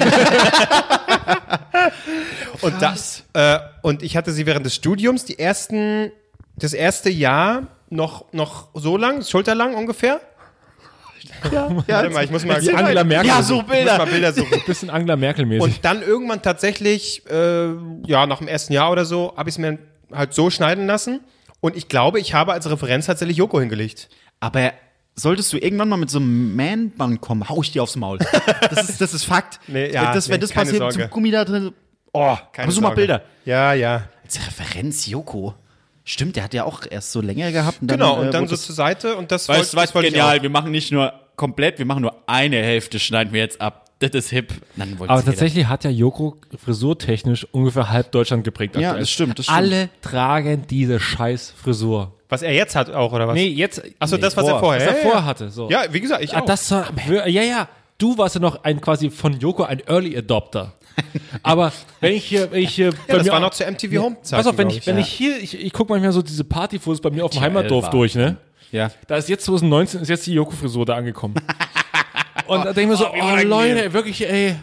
Und ich hatte sie während des Studiums, das erste Jahr noch so lang, schulterlang ungefähr. Warte mal, ich muss mal Wie Angela Merkel. Ja, so Ich muss Bilder. mal Bilder suchen. Bisschen Angela Merkel-mäßig. Und dann irgendwann tatsächlich, nach dem ersten Jahr oder so, habe ich es mir halt so schneiden lassen. Und ich glaube, ich habe als Referenz tatsächlich Joko hingelegt. Aber solltest du irgendwann mal mit so einem Man-Bun kommen, hau ich dir aufs Maul. Das ist Fakt. Nee, ja, wenn das keine passiert Sorge. mit so Gummi da drin. Oh, Keine hast du mal Sorge. Bilder? Ja, ja. Als Referenz Joko. Stimmt, der hat ja auch erst so länger gehabt. Und dann, Genau, und dann wurde so zur Seite. Und das Weißt du was, das wollte ich genial, wir machen nicht nur komplett, wir machen nur eine Hälfte, schneiden wir jetzt ab. Das ist hip. Dann wollten Aber sie tatsächlich hat ja Joko frisurtechnisch ungefähr halb Deutschland geprägt. Ja, aktuell. das stimmt. Alle tragen diese scheiß Frisur. Was er jetzt hat auch, oder was? Nee, jetzt. Achso, das, was er vorher. Was er Ja, vorher ja. hatte. So. Ja, wie gesagt, ich auch. Das war, ja. Du warst ja noch quasi von Joko ein Early Adopter. Aber wenn ich hier ja, das war noch zur MTV Home-Zeit. Pass auf, wenn ich hier, ich gucke manchmal so diese Partyfotos bei mir auf dem Heimatdorf war. durch, ne? Ja. Da ist jetzt 2019, ist jetzt die Joko-Frisur da angekommen. Und da denke ich mir so, oh Leute, wirklich, ey.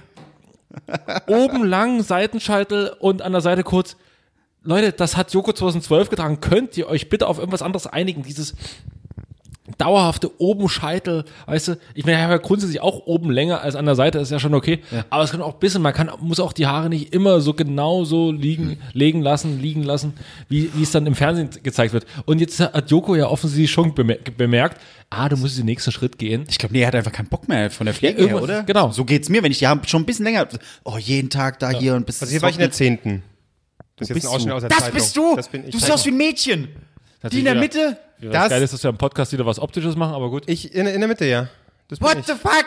Oben lang, Seitenscheitel und an der Seite kurz. Leute, das hat Joko 2012 getragen. Könnt ihr euch bitte auf irgendwas anderes einigen? Dieses dauerhafte oben Scheitel, weißt du, ich meine, ich habe ja grundsätzlich auch oben länger als an der Seite, ist ja schon okay, aber es kann auch ein bisschen, muss auch die Haare nicht immer so genau so liegen lassen, wie es dann im Fernsehen gezeigt wird. Und jetzt hat Joko ja offensichtlich schon bemerkt, du musst den nächsten Schritt gehen. Ich glaube, nee, er hat einfach keinen Bock mehr von der Pflege Ja, her, oder? genau. So geht's mir, wenn ich die Haare schon ein bisschen länger, jeden Tag da hier und bis Also hier war ich in der 10. Das ist jetzt bist ein Ausschnitt du? aus der Das Zeitung. bist du! Das bin ich. Du siehst aus wie ein Mädchen. Die in der Mitte? Das Geile ist, dass wir im Podcast wieder was Optisches machen, aber gut. Ich in der Mitte, ja. Das bin What ich. the fuck?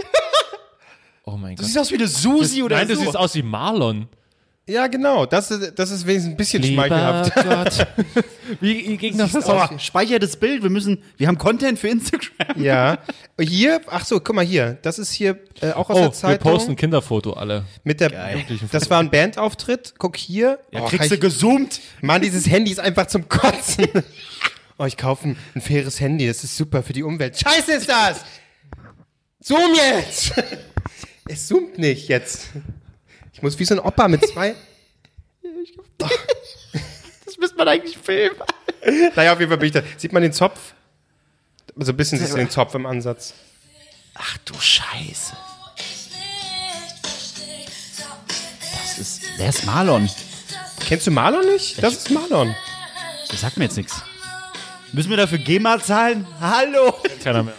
Oh mein Du Gott. siehst aus wie eine Susi oder Nein, so. du siehst aus wie Marlon. Ja, genau. Das ist wenigstens ein bisschen schmeichelhaft. Gott. Wie ging das aus? Oh, speicher das Bild, wir haben Content für Instagram. Ja. Hier, ach so, guck mal hier. Das ist hier auch aus Oh, der wir Zeitung. posten ein Kinderfoto alle. Mit der, das war ein Bandauftritt. Guck hier. Kriegst du gezoomt? Mann, dieses Handy ist einfach zum Kotzen. Oh, ich kaufe ein faires Handy. Das ist super für die Umwelt. Scheiße ist das! Zoom jetzt! Es zoomt nicht jetzt. Ich muss wie so ein Opa mit 2. Das müsste man eigentlich filmen. Naja, auf jeden Fall bin ich da. Sieht man den Zopf? So ein bisschen siehst du den Zopf im Ansatz. Ach du Scheiße. Wer ist Marlon? Kennst du Marlon nicht? Das ist Marlon. Das sagt mir jetzt nichts. Müssen wir dafür GEMA zahlen? Hallo! Keiner mehr.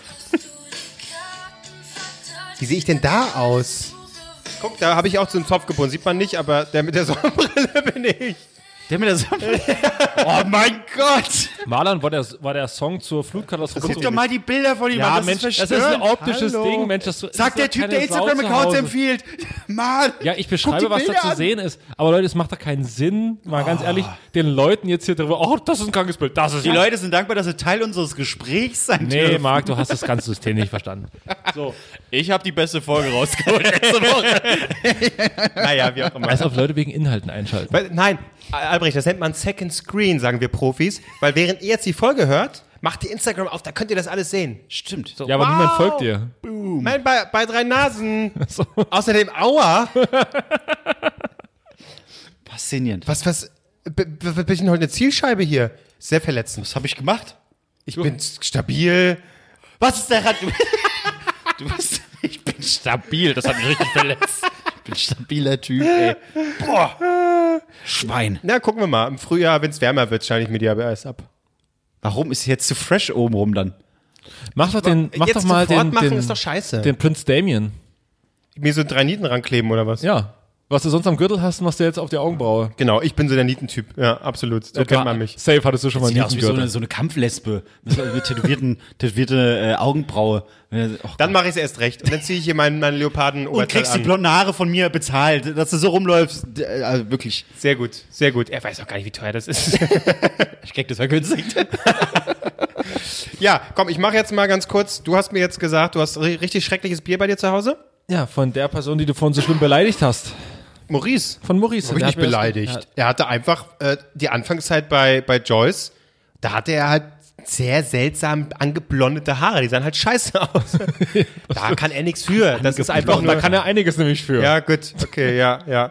Wie sehe ich denn da aus? Guck, da habe ich auch so einen Zopf gebunden. Sieht man nicht, aber der mit der Sonnenbrille bin ich. Der mit der Sonne. Oh mein Gott! Marlon war der Song zur Flutkatastrophe. Guck doch mal die Bilder von ihm Ja, an. Mensch, das ist ein verstörend. optisches Hallo. Ding, Mensch. Das Sagt der Typ, der Instagram-Account empfiehlt. Mann! Ja, ich Guck beschreibe, die was da Bilder zu an. sehen ist. Aber Leute, es macht doch keinen Sinn, mal ganz ehrlich, den Leuten jetzt hier drüber, oh, das ist ein krankes Bild, das ist Die Leute sind dankbar, dass sie Teil unseres Gesprächs sein Nee, dürfen. Marc, du hast das ganze System nicht verstanden. So, Ich habe die beste Folge rausgeholt letzte Woche. Naja, wie auch immer. als ob Leute wegen Inhalten einschalten. Weil, nein, Albrecht, das nennt man Second Screen, sagen wir Profis. Weil während ihr jetzt die Folge hört, macht ihr Instagram auf, da könnt ihr das alles sehen. Stimmt. Ja, aber niemand folgt dir. Nein, bei 3 Nasen. Außerdem, aua. Faszinierend. Was, bin ich denn heute eine Zielscheibe hier? Sehr verletzend. Was habe ich gemacht? Ich bin stabil. Was ist der Rad? Du bist. Ich bin stabil, das hat mich richtig verletzt. Ich bin ein stabiler Typ, ey. Boah. Schwein. Na, gucken wir mal. Im Frühjahr, wenn es wärmer wird, schneide ich mir die ABS ab. Warum ist jetzt zu fresh oben rum dann? Mach doch Jetzt mal sofort machen den, ist doch scheiße. den Prinz Damien. Mir so 3 Nieten rankleben oder was? Ja. Was du sonst am Gürtel hast, machst du jetzt auf die Augenbraue. Genau, ich bin so der Nietentyp. Ja, absolut. So kennt man mich. Safe hattest du schon mal Sieht aus wie Nietengürtel. so eine Kampflesbe. Mit tätowierte Augenbraue. Oh, Dann mache ich es erst recht. Und dann ziehe ich hier meinen leoparden und kriegst die an. blonden Haare von mir bezahlt, dass du so rumläufst. Also wirklich. Sehr gut, sehr gut. Er weiß auch gar nicht, wie teuer das ist. Ich krieg das vergünstigt. Ja, komm, ich mache jetzt mal ganz kurz. Du hast mir jetzt gesagt, du hast richtig schreckliches Bier bei dir zu Hause. Ja, von der Person, die du vorhin so schlimm beleidigt hast. Maurice. Von Maurice. Habe ich Der nicht hat mir das- beleidigt. Er hatte einfach die Anfangszeit bei Joyce, da hatte er halt sehr seltsam angeblondete Haare. Die sahen halt scheiße aus. Da kann er nichts für. Das ist einfach Doch, nur... da kann er einiges nämlich für. Ja, gut. Okay, ja.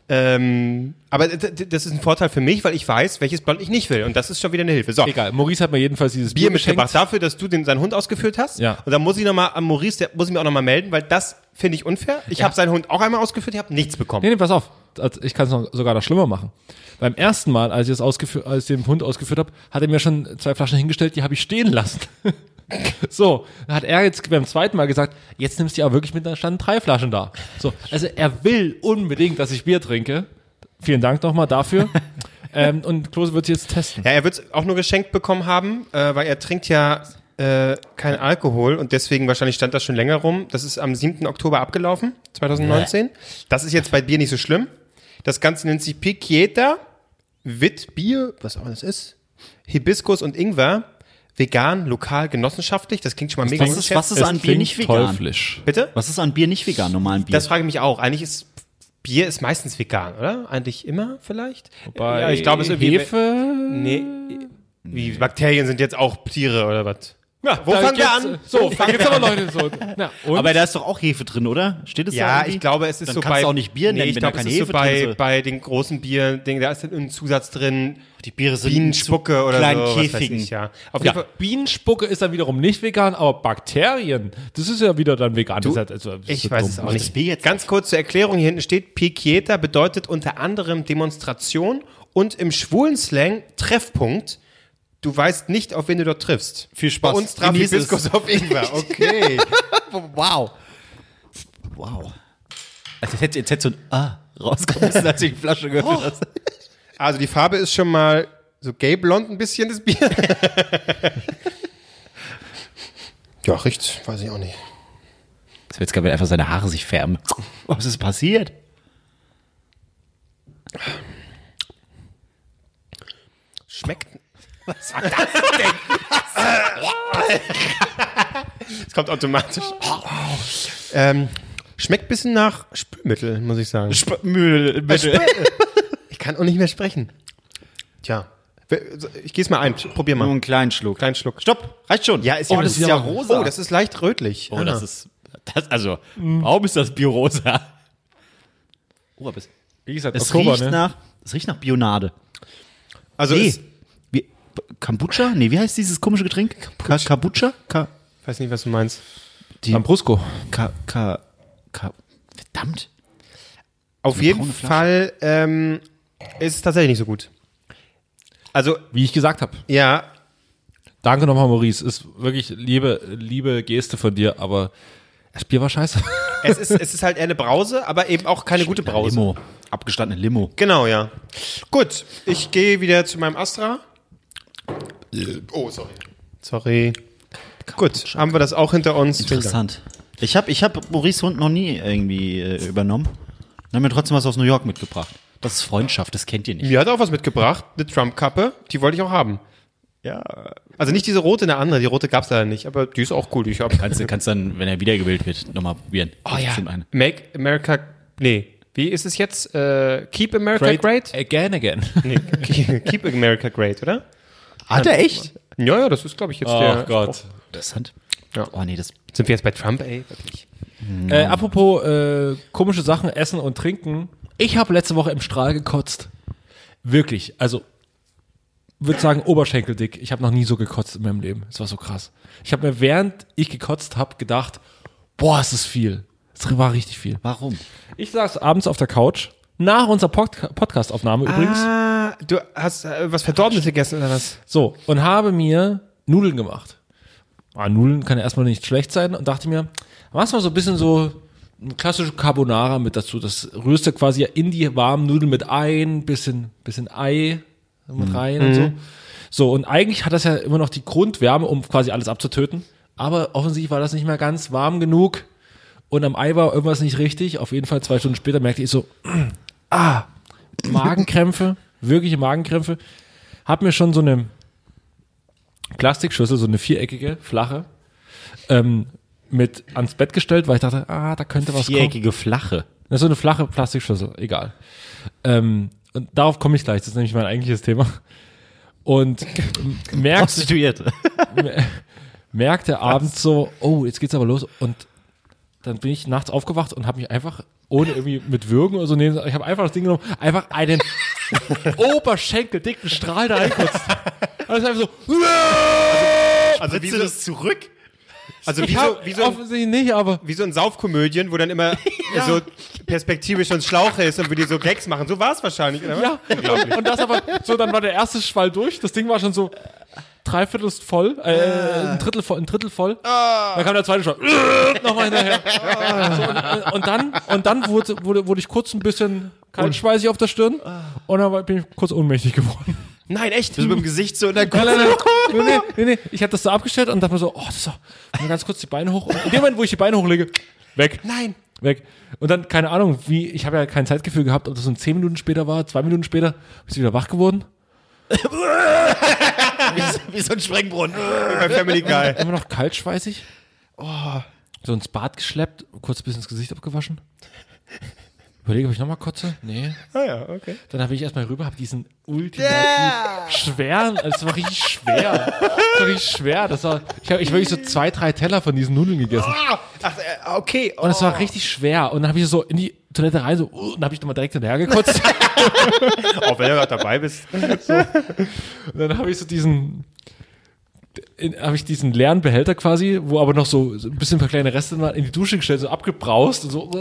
Aber das ist ein Vorteil für mich, weil ich weiß, welches Blond ich nicht will. Und das ist schon wieder eine Hilfe. So, Egal, Maurice hat mir jedenfalls dieses Bier geschenkt. mitgebracht dafür, dass du seinen Hund ausgeführt hast. Ja. Und dann muss ich nochmal an Maurice, der muss ich mir auch nochmal melden, weil das finde ich unfair. Ich habe seinen Hund auch einmal ausgeführt, ich habe nichts bekommen. Nee, pass auf. Ich kann es sogar noch schlimmer machen. Beim ersten Mal, als ich den Hund ausgeführt habe, hat er mir schon 2 Flaschen hingestellt, die habe ich stehen lassen. So, dann hat er jetzt beim zweiten Mal gesagt, jetzt nimmst du ja wirklich mit, da standen 3 Flaschen da. So, also er will unbedingt, dass ich Bier trinke. Vielen Dank nochmal dafür. Und Klose wird sie jetzt testen. Ja, er wird es auch nur geschenkt bekommen haben, weil er trinkt ja kein Alkohol und deswegen wahrscheinlich stand das schon länger rum. Das ist am 7. Oktober abgelaufen, 2019. Das ist jetzt bei Bier nicht so schlimm. Das Ganze nennt sich Piquieta, Witbier, was auch das ist, Hibiskus und Ingwer, vegan, lokal, genossenschaftlich. Das klingt schon mal mega Was ist an Bier klingt nicht vegan? teuflisch. Bitte? Was ist an Bier nicht vegan, normalen Bier? Das frage ich mich auch. Eigentlich ist Bier ist meistens vegan, oder? Eigentlich immer vielleicht? Bei ja, ich glaube, es ist irgendwie... Hefe? Nee. Wie, Bakterien sind jetzt auch Tiere oder was? Ja, Wo fangen wir an? So, da gibt's aber Leute so. Na, und? Aber da ist doch auch Hefe drin, oder? Steht es da Ja, irgendwie? ich glaube, es ist Dann so kannst bei... du auch nicht Bier nennen, ich wenn da glaube, es keine ist so Hefe drin ist. bei den großen Bier-Dingen, da ist dann ein Zusatz drin, Die Biere sind Bienenspucke oder kleinen so, was weiß Käfigen. ich, ja. Auf Ja, jeden Fall, Bienenspucke ist dann wiederum nicht vegan, aber Bakterien, das ist ja wieder dann vegan. Das ist halt, das ich ist weiß dumm. es auch das nicht. Bier jetzt- Ganz kurz zur Erklärung, hier hinten steht, Piquieta bedeutet unter anderem Demonstration und im schwulen Slang Treffpunkt. Du weißt nicht, auf wen du dort triffst. Viel Spaß. Bei uns traf Genieß Hibiskus auf Ingwer. Okay. Wow. Wow. Also jetzt hätte so ein rauskommen müssen, als ich die Flasche geöffnet hast. Also die Farbe ist schon mal so gelb-blond ein bisschen, das Bier. Ja, riecht, weiß ich auch nicht. Das wird jetzt gerade einfach seine Haare sich färben. Was ist passiert? Schmeckt. Was war das denn? Es kommt automatisch. Schmeckt ein bisschen nach Spülmittel, muss ich sagen. Müll, bitte. Ich kann auch nicht mehr sprechen. Tja. Ich geh's mal ein. Probier Nur mal. einen kleinen Schluck. Kleinen Schluck. Stopp, reicht schon. Ja, ist oh, ja das gut. ist ja rosa. Oh, das ist leicht rötlich. Oh, das ist. Also, warum ist das Bier rosa? Oh, aber Wie gesagt, es Oktober, riecht ne? nach Bionade. Also Nee. ist, Wie, Kombucha? Nee, wie heißt dieses komische Getränk? Kombucha? weiß nicht, was du meinst. Lambrusco. Verdammt. Auf eine jeden braune Fall ist es tatsächlich nicht so gut. Also, Wie ich gesagt habe. ja, Danke nochmal, Maurice. Ist wirklich liebe Geste von dir, aber das Bier war scheiße. es ist halt eher eine Brause, aber eben auch keine gute Brause. Limo. Abgestandene Limo. Genau, ja. Gut, ich gehe wieder zu meinem Astra. Oh, sorry. Gut, haben wir das auch hinter uns. Interessant. Ich hab Maurice Hund noch nie irgendwie übernommen. Und haben mir trotzdem was aus New York mitgebracht. Das ist Freundschaft, das kennt ihr nicht. Mir hat auch was mitgebracht, eine Trump-Kappe, die wollte ich auch haben. Ja. Also nicht diese rote, eine andere, die rote gab's leider nicht, aber die ist auch cool, die ich habe. Kannst dann, wenn er wiedergewählt wird, nochmal probieren. Oh ja, Bestimmt eine. Make America, nee, wie ist es jetzt? Keep America Great? Again. Nee, Keep America Great, oder? Hat er echt? Ja, das ist, glaube ich, jetzt der Spruch. Interessant. Ja. Oh nee, das. Sind wir jetzt bei Trump, ey? Wirklich? Apropos komische Sachen, Essen und Trinken. Ich habe letzte Woche im Strahl gekotzt. Wirklich. Also, würde sagen, oberschenkeldick. Ich habe noch nie so gekotzt in meinem Leben. Es war so krass. Ich habe mir, während ich gekotzt habe, gedacht, boah, es ist viel. Es war richtig viel. Warum? Ich saß abends auf der Couch, nach unserer Podcast-Aufnahme übrigens, Ah, du hast was Verdorbenes gegessen oder was? so, und habe mir Nudeln gemacht. Nudeln kann ja erstmal nicht schlecht sein und dachte mir, machst mal so ein bisschen so eine klassische Carbonara mit dazu. Das rührst du quasi ja in die warmen Nudeln mit ein, bisschen Ei mit rein und so. So, und eigentlich hat das ja immer noch die Grundwärme, um quasi alles abzutöten. Aber offensichtlich war das nicht mehr ganz warm genug. Und am Ei war irgendwas nicht richtig. Auf jeden Fall 2 Stunden später merkte ich so, Magenkrämpfe, wirkliche Magenkrämpfe. Hab mir schon so eine Plastikschüssel, so eine viereckige, flache, mit ans Bett gestellt, weil ich dachte, da könnte was kommen. Viereckige Flache. Das ist so eine flache Plastikschüssel, egal. Und darauf komme ich gleich, das ist nämlich mein eigentliches Thema. Und Prostituierte. merkte abends so, oh, jetzt geht's aber los. Und dann bin ich nachts aufgewacht und habe mich einfach, ohne irgendwie mit Würgen oder so, ich habe einfach das Ding genommen, einfach einen oberschenkeldicken Strahl da reingekotzt. Und es ist einfach so, Also wie so das zurück? Also wie so offensichtlich nicht, aber wie so in Saufkomödien, wo dann immer so perspektivisch so ein Schlauch ist und wir die so Gags machen. So war es wahrscheinlich, oder? ja. Und das aber, so dann war der erste Schwall durch, das Ding war schon so dreiviertel voll, ein Drittel voll. Dann kam der zweite Schwall, nochmal hinterher. So, und dann wurde ich kurz ein bisschen kaltschweißig auf der Stirn und dann bin ich kurz ohnmächtig geworden. Nein, echt? Bist du mit dem Gesicht so in der Nee. Ich hatte das so abgestellt und dachte mir so, oh, das ist doch, mal ganz kurz die Beine hoch. Und in dem Moment, wo ich die Beine hochlege, weg. Nein. Weg. Und dann, keine Ahnung, ich habe ja kein Zeitgefühl gehabt, ob das so 10 Minuten später war, 2 Minuten später, bist du wieder wach geworden. wie so ein Sprengbrunnen. Bei Family Guy. Immer noch kaltschweißig. So ins Bad geschleppt, kurz ein bisschen das Gesicht abgewaschen. Überlege, ob ich nochmal kotze? Nee. Ah ja, okay. Dann habe ich erstmal rüber, habe diesen ultimativ schweren, also es war richtig schwer. Ich wirklich so 2, 3 Teller von diesen Nudeln gegessen. Ach, okay. Und es war richtig schwer. Und dann habe ich so in die Toilette rein, so, und dann habe ich nochmal direkt hinterher gekotzt. Auch wenn du gerade dabei bist. Und dann habe ich so diesen leeren Behälter quasi, wo aber noch so ein bisschen paar kleine Reste waren, in die Dusche gestellt, so abgebraust und so.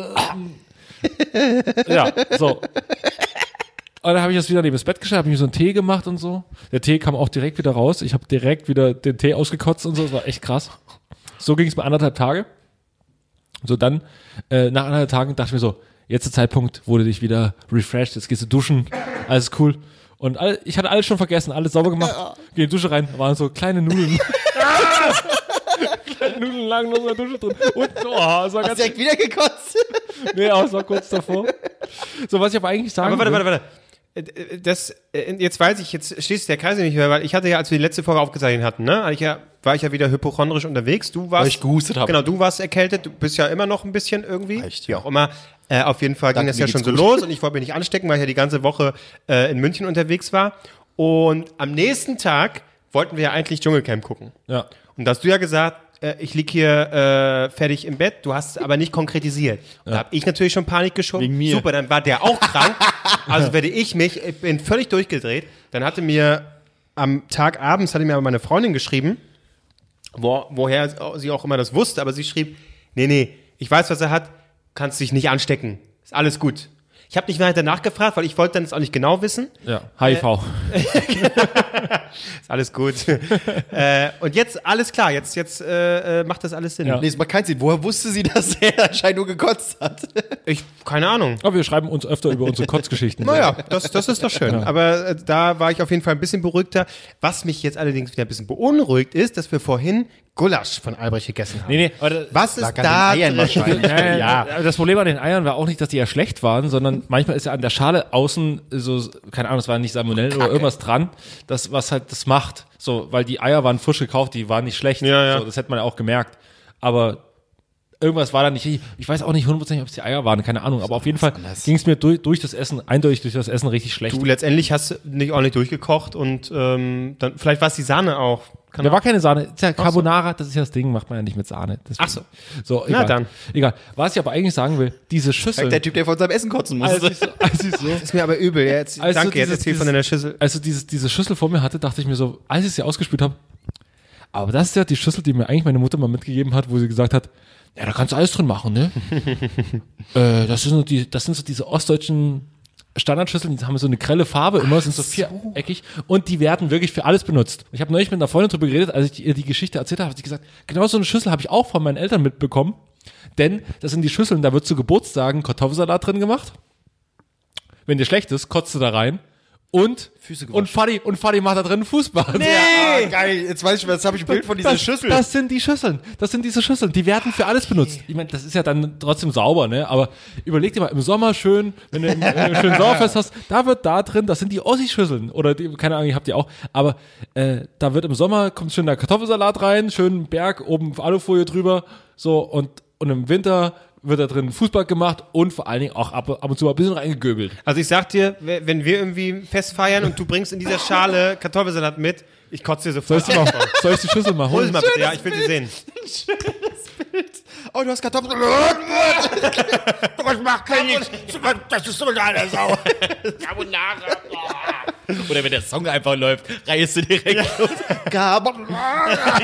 Ja, so. Und dann habe ich das wieder neben das Bett gestellt, habe mir so einen Tee gemacht und so. Der Tee kam auch direkt wieder raus. Ich habe direkt wieder den Tee ausgekotzt und so. Das war echt krass. So ging es mir 1,5 Tage. So dann, nach 1,5 Tagen dachte ich mir so, jetzt der Zeitpunkt, wo du dich wieder refreshed, jetzt gehst du duschen, alles ist cool. Und ich hatte alles schon vergessen, alles sauber gemacht. Geh in die Dusche rein, waren so kleine Nudeln. Kleine Nudeln lagen noch in der Dusche drin. Und, es war ganz... Hast du direkt wieder gekotzt? Nee, aber es war kurz davor. So, was ich aber eigentlich sagen Aber will. warte. Jetzt weiß ich, jetzt schließt der Kreis nicht mehr, weil ich hatte ja, als wir die letzte Folge aufgezeichnet hatten, ne, war ich ja wieder hypochondrisch unterwegs. Du warst, Weil ich gehustet habe. Genau, du warst erkältet, du bist ja immer noch ein bisschen irgendwie. Echt, Wie ja. auch immer. Auf jeden Fall ging Danke, das ja mir schon so geht's gut. los und ich wollte mich nicht anstecken, weil ich ja die ganze Woche in München unterwegs war. Und am nächsten Tag wollten wir ja eigentlich Dschungelcamp gucken. Ja. Und da hast du ja gesagt, ich lieg hier fertig im Bett, du hast es aber nicht konkretisiert. Und da habe ich natürlich schon Panik geschoben. Wegen mir. Super, dann war der auch krank. Also ich bin völlig durchgedreht. Dann hatte mir am Tag abends, hatte mir aber meine Freundin geschrieben, woher sie auch immer das wusste, aber sie schrieb, nee, ich weiß, was er hat, kannst dich nicht anstecken. Ist alles gut. Ich habe nicht weiter nachgefragt, weil ich wollte dann das auch nicht genau wissen. Ja, HIV. Ist alles gut. Und jetzt, alles klar, jetzt macht das alles Sinn. Ja. Nee, es macht keinen Sinn. Woher wusste sie, dass er anscheinend nur gekotzt hat? Keine Ahnung. Aber wir schreiben uns öfter über unsere Kotzgeschichten. Naja, das ist doch schön. Aber da war ich auf jeden Fall ein bisschen beruhigter. Was mich jetzt allerdings wieder ein bisschen beunruhigt ist, dass wir vorhin Gulasch von Albrecht gegessen haben. Nee, aber Was ist Lag an da den Eiern drin? wahrscheinlich. ja. Das Problem an den Eiern war auch nicht, dass die ja schlecht waren, sondern manchmal ist ja an der Schale außen so, keine Ahnung, es war nicht Salmonellen oder irgendwas dran, was halt das macht. So, weil die Eier waren frisch gekauft, die waren nicht schlecht. Ja. So, das hätte man ja auch gemerkt. Aber irgendwas war da nicht richtig. Ich weiß auch nicht 100%, ob es die Eier waren, keine Ahnung. Aber auf jeden Fall ging es mir durch das Essen, eindeutig durch das Essen richtig schlecht. Du, letztendlich hast du nicht ordentlich durchgekocht und dann vielleicht war es die Sahne auch. Da war keine Sahne. Das ist ja Carbonara, das ist ja das Ding, macht man ja nicht mit Sahne. Deswegen. Ach so. So, Na egal. dann. Egal. Was ich aber eigentlich sagen will, diese Schüssel. Der Typ, der von seinem Essen kotzen musste. Ist mir aber übel. Jetzt, Also danke, jetzt erzähl von deiner Schüssel. Als du diese Schüssel vor mir hatte, dachte ich mir so, als ich sie ausgespült habe, aber das ist ja die Schüssel, die mir eigentlich meine Mutter mal mitgegeben hat, wo sie gesagt hat, ja, da kannst du alles drin machen, ne? Das sind so diese ostdeutschen Standardschüsseln, die haben so eine grelle Farbe immer, sind so viereckig und die werden wirklich für alles benutzt. Ich habe neulich mit einer Freundin drüber geredet, als ich ihr die Geschichte erzählt habe, hat sie gesagt, genau so eine Schüssel habe ich auch von meinen Eltern mitbekommen, denn das sind die Schüsseln, da wird zu Geburtstagen Kartoffelsalat drin gemacht. Wenn dir schlecht ist, kotzt du da rein und Fadi macht da drin Fußball. Ja, geil. Jetzt weiß ich, jetzt habe ich ein Bild von dieser Schüssel. Das sind die Schüsseln. Das sind diese Schüsseln. Die werden für alles benutzt. Ich meine, das ist ja dann trotzdem sauber, ne? Aber überleg dir mal, im Sommer schön, wenn du ein schönes Sommerfest hast, da wird da drin, das sind die Ossi-Schüsseln. Oder die, keine Ahnung, habt ihr auch. Aber da wird im Sommer, kommt schön der Kartoffelsalat rein, schön Berg, oben Alufolie drüber, so und im Winter wird da drin Fußball gemacht und vor allen Dingen auch ab und zu mal ein bisschen reingegöbelt. Also ich sag dir, wenn wir irgendwie Fest feiern und du bringst in dieser Schale Kartoffelsalat mit, ich kotze dir sofort. Soll ich die Schüssel mal Hol holen? sie mal bitte, ja, ich will sie sehen. Oh, du hast Kartoffeln. Das macht mir nichts. Das ist so eine Sau. Carbonara. Oder wenn der Song einfach läuft, reißt du direkt los. Carbonara.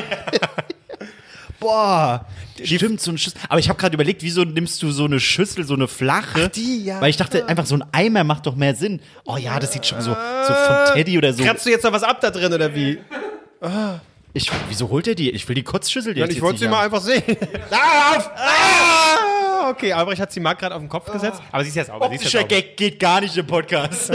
Boah. Stimmt, so ein Schüssel. Aber ich habe gerade überlegt, wieso nimmst du so eine Schüssel, so eine flache? die, ja. Weil ich dachte, einfach so ein Eimer macht doch mehr Sinn. Oh ja, das sieht schon so von Teddy oder so. Kratzt du jetzt noch was ab da drin, oder wie? Wieso holt er die? Ich will die Kotzschüssel jetzt Ich wollte sie mal einfach sehen. Okay, Albrecht hat sie mal gerade auf den Kopf gesetzt. Aber sie ist ja sauber. Optischer Gag geht gar nicht im Podcast.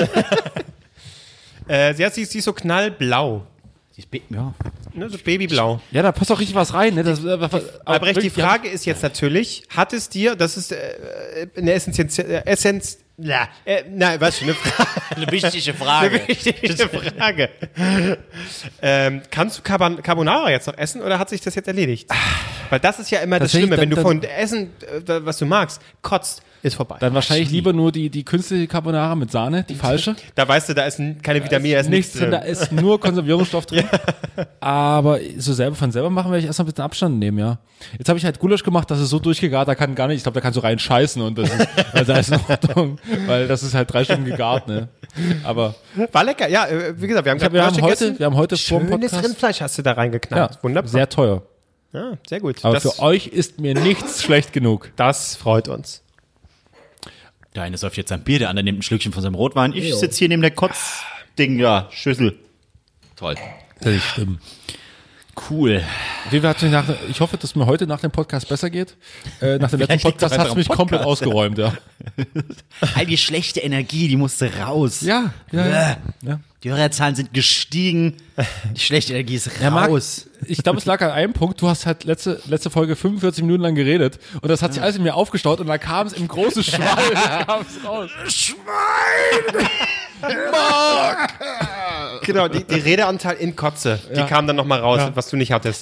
Sie ist so knallblau. Ja. Ne, so babyblau. Ja, da passt auch richtig was rein. Ne? Albrecht, die Frage ist jetzt natürlich, hat es dir, das ist eine Essenz, was für eine Frage. Eine wichtige Frage. Eine wichtige Frage. Kannst du Carbonara jetzt noch essen oder hat sich das jetzt erledigt? Weil das ist ja immer das Tatsächlich, Schlimme, wenn du dann- von Essen, was du magst, kotzt, ist vorbei. Dann wahrscheinlich lieber nur die künstliche Carbonara mit Sahne, die falsche. Da weißt du, da ist keine Vitamine, da ist nichts drin, da drin. ist nur Konservierungsstoff drin. Aber so von selber machen werde ich erstmal ein bisschen Abstand nehmen, ja. Jetzt habe ich halt Gulasch gemacht, das ist so durchgegart, da kann gar nicht, ich glaube, da kannst du rein scheißen und das ist, also da ist in Ordnung, weil das ist halt 3 Stunden gegart, ne. Aber War lecker, ja, wie gesagt, wir haben wir haben heute vor dem schönes Podcast, Rindfleisch hast du da reingeknallt. ja, Wunderbar. sehr teuer. Ja, sehr gut. Aber das, für euch ist mir nichts schlecht genug. das freut uns. Der eine säuft jetzt sein Bier, der andere nimmt ein Schlückchen von seinem Rotwein. Ich sitze hier neben der Kotzding, ja, Schüssel. Toll. Das ist schlimm. Cool. Auf jeden Fall hat's mich ich hoffe, dass mir heute nach dem Podcast besser geht. Nach dem letzten liegt's Podcast auch hat es einfach mich am komplett Podcast, ausgeräumt, ja. All die schlechte Energie, die musste raus. Ja. Die Hörerzahlen sind gestiegen. Die schlechte Energie ist Ja, Marc, raus. ich glaube, es lag an einem Punkt. Du hast halt letzte Folge 45 Minuten lang geredet und das hat sich alles in mir aufgestaut und dann kam es im großen Schwall kam's raus. Genau, die Redeanteil in Kotze, die kam dann nochmal raus, was du nicht hattest.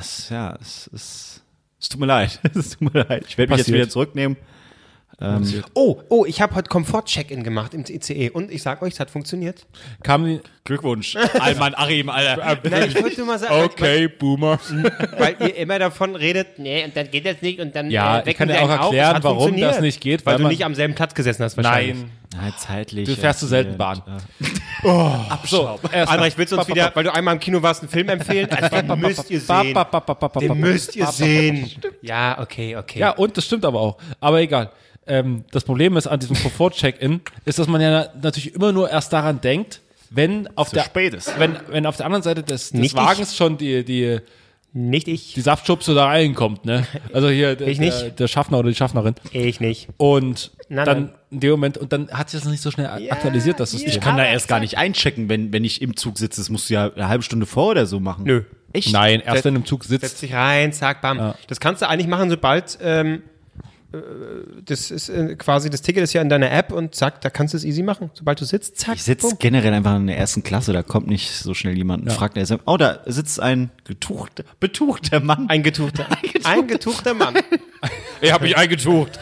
Es tut mir leid. Es tut mir leid. Ich werde mich jetzt Passiert. wieder zurücknehmen. Oh, ich habe heute Komfort-Check-In gemacht im ICE und ich sag euch, es hat funktioniert. Kam die, Glückwunsch. Alman Arim, Alter. Nein, ich wollte nur mal sagen, okay, Boomer. weil ihr immer davon redet, nee, und dann geht das nicht und dann Ja, ich wecken kann dir sie auch einen auf. erklären, Es hat warum funktioniert. das nicht geht, Weil weil du man- nicht am selben Platz gesessen hast wahrscheinlich. Nein, Nein, zeitlich. du fährst zu selten Bahn. So, Albrecht, willst du uns wieder, weil du einmal im Kino warst, einen Film empfehlen? Also, den müsst ihr sehen. Den müsst ihr sehen. Ja, okay. Ja, und das stimmt aber auch. Aber egal. Das Problem ist an diesem Komfort-Check-In, ist, dass man ja natürlich immer nur erst daran denkt, wenn auf der spät ist. Wenn auf der anderen Seite des Nicht Wagens schon die Nicht ich. Saftschubse da reinkommt, ne? Also hier Ich nicht. der Schaffner oder die Schaffnerin. Ich nicht. Und Nein, dann nein. in dem Moment, und dann hat sich das nicht so schnell aktualisiert, das System. Ich kann da erst gar nicht einchecken, wenn ich im Zug sitze. Das musst du ja eine halbe Stunde vor oder so machen. Nö. Echt? Nein, erst wenn du im Zug Setz sitzt. dich rein, zack, bam. Ja. Das kannst du eigentlich machen, sobald das ist quasi, das Ticket ist ja in deiner App und zack, da kannst du es easy machen. Sobald du sitzt, zack, Ich sitze bumm. generell einfach in der ersten Klasse, da kommt nicht so schnell jemand und fragt, oh, da sitzt ein betuchter Mann. Ein getuchter Mann. Ich habe mich eingetucht.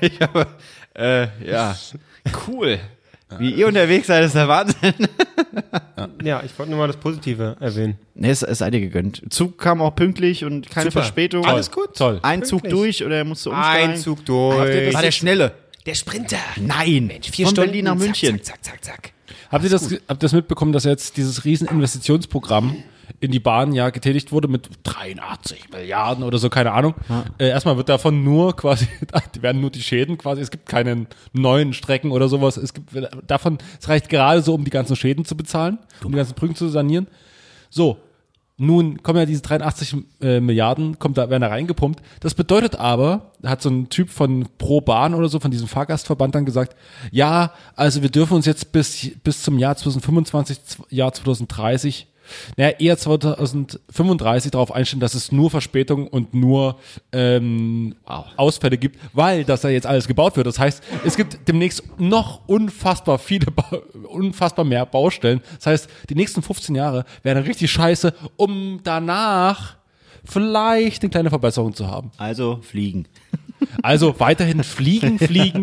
Ja, cool. Wie ihr unterwegs seid, ist der Wahnsinn. Ja, ich wollte nur mal das Positive erwähnen. Ne, es sei dir gegönnt. Zug kam auch pünktlich und keine Super. Verspätung. Alles gut. Toll. Ein Zug Pünktlich. durch oder musst du umsteigen? Ein Zug durch. War der schnelle? Der Sprinter. Nein, Mensch, 4 von Stunden. Berlin nach München. Zack. Habt ihr das mitbekommen, dass jetzt dieses Rieseninvestitionsprogramm in die Bahn ja getätigt wurde mit 83 Milliarden oder so, keine Ahnung. Erstmal wird davon nur quasi, die werden nur die Schäden quasi, es gibt keine neuen Strecken oder sowas. Es gibt davon, es reicht gerade so, um die ganzen Schäden zu bezahlen, um die ganzen Brücken zu sanieren. So, nun kommen ja diese 83 Milliarden, werden da reingepumpt. Das bedeutet aber, hat so ein Typ von Pro Bahn oder so, von diesem Fahrgastverband dann gesagt, ja, also wir dürfen uns jetzt bis zum Jahr 2025, Jahr 2030, eher 2035 darauf einstellen, dass es nur Verspätungen und nur Ausfälle gibt, weil das ja jetzt alles gebaut wird. Das heißt, es gibt demnächst noch unfassbar mehr Baustellen. Das heißt, die nächsten 15 Jahre werden richtig scheiße, um danach vielleicht eine kleine Verbesserung zu haben. Also fliegen. Also weiterhin fliegen.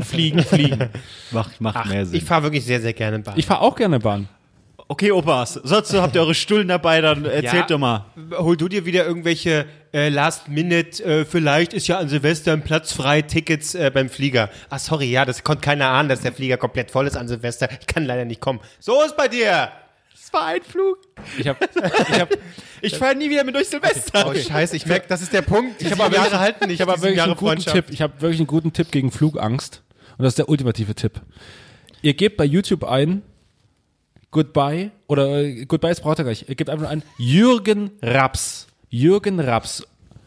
Macht mehr Sinn. Ich fahre wirklich sehr, sehr gerne Bahn. Ich fahre auch gerne Bahn. Okay, Opas, sonst habt ihr eure Stullen dabei, dann erzählt doch mal. Hol du dir wieder irgendwelche Last-Minute, vielleicht ist ja an Silvester ein Platz frei, Tickets beim Flieger. Ach, sorry, ja, das konnte keiner ahnen, dass der Flieger komplett voll ist an Silvester. Ich kann leider nicht kommen. So ist bei dir! Das war ein Flug. Ich fahre nie wieder mit durch Silvester. Oh, scheiße, ich merke, das ist der Punkt. Ich habe Jahre halten nicht. Ich habe wirklich einen guten Tipp. Ich habe wirklich einen guten Tipp gegen Flugangst. Und das ist der ultimative Tipp. Ihr gebt bei YouTube ein Goodbye oder Goodbye, das braucht ihr gleich. Ihr gebt einfach nur ein Jürgen Raps. Das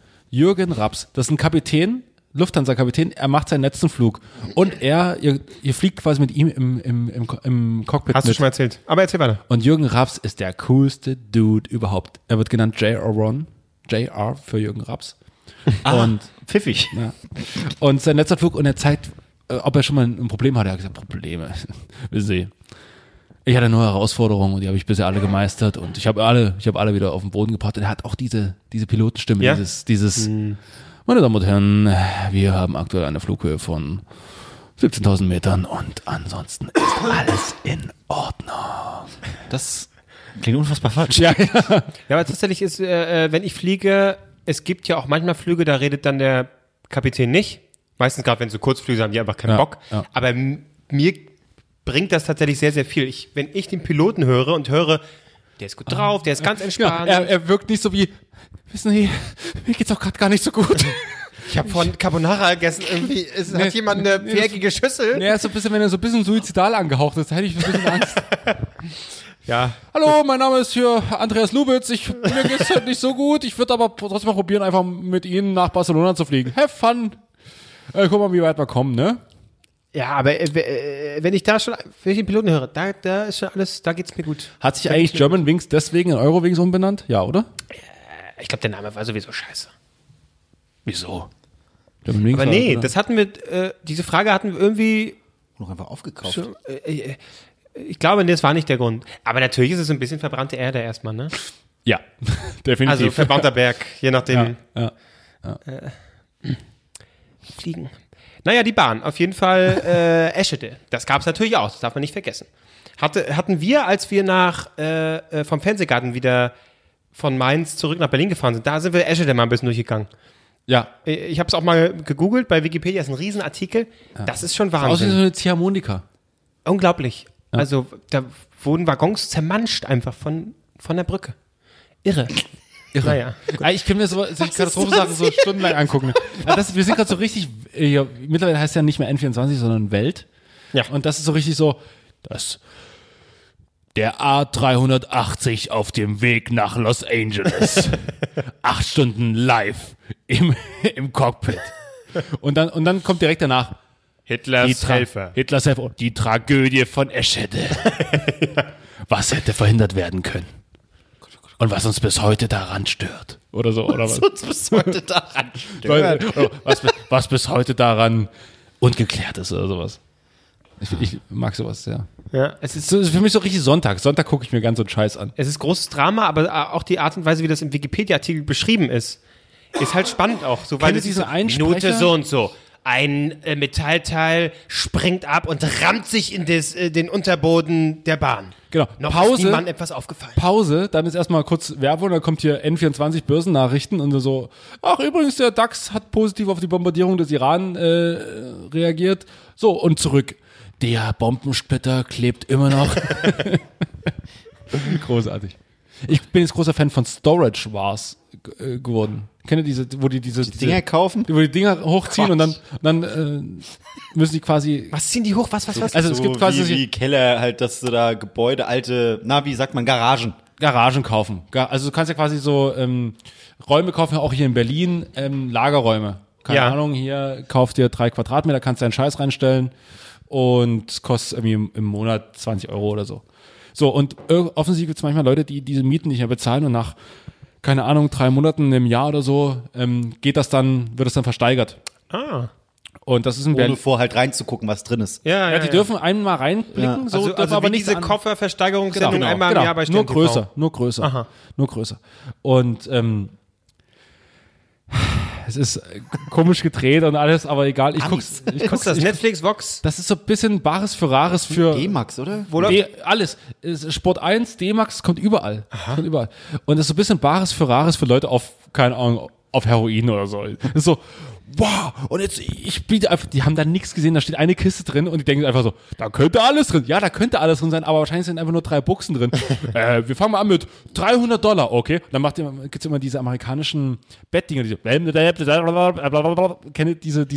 ist ein Kapitän, Lufthansa-Kapitän. Er macht seinen letzten Flug. Und ihr fliegt quasi mit ihm im Cockpit Hast du schon mal erzählt. Aber erzähl weiter. Und Jürgen Raps ist der coolste Dude überhaupt. Er wird genannt JR1. JR für Jürgen Raps. Und Pfiffig. ja. Und sein letzter Flug, und er zeigt, ob er schon mal ein Problem hatte. Er hat gesagt, Probleme. Wissen Sie, ich hatte nur Herausforderungen und die habe ich bisher alle gemeistert und ich habe alle wieder auf den Boden gebracht. Und er hat auch diese Pilotenstimme, Ja? dieses meine Damen und Herren, wir haben aktuell eine Flughöhe von 17.000 Metern und ansonsten ist alles in Ordnung. Das klingt unfassbar falsch. Ja. Ja, aber tatsächlich ist, wenn ich fliege, es gibt ja auch manchmal Flüge, da redet dann der Kapitän nicht. Meistens gerade, wenn so Kurzflüge haben, die einfach keinen Ja, Bock. ja. Aber mir bringt das tatsächlich sehr, sehr viel. Wenn ich den Piloten höre und höre, der ist gut drauf, der ist ganz entspannt. Ja, er wirkt nicht so wie, wissen Sie, mir geht's auch gerade gar nicht so gut. Ich habe von Carbonara gegessen, irgendwie hat jemand eine viereckige Schüssel. Er ist so ein bisschen, wenn er so ein bisschen suizidal angehaucht ist, da hätte ich ein bisschen Angst. Ja. Hallo, mein Name ist hier Andreas Lubitz. Mir geht's halt nicht so gut. Ich würde aber trotzdem mal probieren, einfach mit Ihnen nach Barcelona zu fliegen. Have fun. Guck mal, wie weit wir kommen, ne? Ja, aber wenn ich den Piloten höre, da ist schon alles, da geht's mir gut. Hat sich eigentlich German Wings deswegen in Eurowings umbenannt? Ja, oder? Ich glaube, der Name war sowieso scheiße. Wieso? German Wings Aber war- nee, oder? das hatten wir, diese Frage hatten wir irgendwie, Noch einfach aufgekauft. schon, ich glaube, nee, das war nicht der Grund. Aber natürlich ist es ein bisschen verbrannte Erde erstmal, ne? Ja, definitiv. Also verbrannter Berg, je nachdem. ja. Fliegen. Naja, die Bahn, auf jeden Fall Eschede. Das gab es natürlich auch, das darf man nicht vergessen. Hatten wir, als wir vom Fernsehgarten wieder von Mainz zurück nach Berlin gefahren sind, da sind wir Eschede mal ein bisschen durchgegangen. Ja. Ich habe es auch mal gegoogelt, bei Wikipedia ist ein Riesenartikel. Das ist schon Außerdem so Wahnsinn. eine Ziehharmonika. Unglaublich. Also da wurden Waggons zermanscht einfach von der Brücke. Irre. Naja. Ich kann mir so Katastrophensachen so stundenlang angucken. Ja, wir sind gerade so richtig, mittlerweile heißt es ja nicht mehr N24, sondern Welt. Ja. Und das ist so richtig so, der A380 auf dem Weg nach Los Angeles. 8 Stunden live im Cockpit. Und dann kommt direkt danach Hitlers Helfer. Hitlers Helfer. Die Tragödie von Eschede. Was hätte verhindert werden können? Und was uns bis heute daran stört. Oder so, oder was? Uns bis heute daran Oder was bis heute daran ungeklärt ist oder sowas. Ich mag sowas sehr. Ja, es ist Das ist für mich so richtig Sonntag. Sonntag gucke ich mir ganz so einen Scheiß an. Es ist großes Drama, aber auch die Art und Weise, wie das im Wikipedia-Artikel beschrieben ist halt spannend auch. So, weil Kennt ihr es ist diesen so, einen Minute Sprecher? so und so. Ein Metallteil springt ab und rammt sich in den Unterboden der Bahn. Genau. Noch ist Pause. niemandem etwas aufgefallen. Pause, dann ist erstmal kurz Werbung, dann kommt hier N24 Börsennachrichten und so, ach übrigens, der DAX hat positiv auf die Bombardierung des Iran reagiert. So, und zurück. Der Bombensplitter klebt immer noch. Großartig. Ich bin jetzt großer Fan von Storage Wars geworden. Kennt ihr diese, wo die diese Dinger kaufen? wo die Dinger hochziehen und dann müssen die quasi. Was ziehen die hoch? Was? Also es gibt quasi wie Keller halt, dass du da Gebäude, alte, wie sagt man, Garagen. Garagen kaufen. Also du kannst ja quasi so Räume kaufen, auch hier in Berlin, Lagerräume. Keine Ja. Ahnung, hier kauft dir 3 Quadratmeter, kannst deinen Scheiß reinstellen und es kostet irgendwie im Monat 20 Euro oder so. So, und offensichtlich gibt es manchmal Leute, die diese Mieten nicht mehr bezahlen und nach, keine Ahnung, 3 Monaten, einem Jahr oder so, wird das dann versteigert. Ah. Und das ist in Ohne Berlin. vorher halt reinzugucken, was drin ist. Ja, die dürfen einmal reinblicken, so, Also, dürfen also aber wie nichts diese an- Kofferversteigerungssendung einmal im Jahr bei nur Stern TV. größer, nur größer. Aha. Nur größer. Und Es ist komisch gedreht und alles, aber egal. Ich guck's. Ist das Netflix, Vox? Das ist so ein bisschen Bares für Rares für D-Max, oder? Alles. Sport 1, D-Max, kommt überall. Kommt überall. Und das ist so ein bisschen Bares für Rares für Leute auf, keine Ahnung, auf Heroin oder so. Das ist so, wow, und jetzt, ich biete einfach, die haben da nichts gesehen, da steht eine Kiste drin und die denken einfach so, da könnte alles drin. Ja, da könnte alles drin sein, aber wahrscheinlich sind einfach nur 3 Buchsen drin. Wir fangen mal an mit $300, okay? Und dann gibt's immer diese amerikanischen Bettdinger, diese, kennt ihr diese,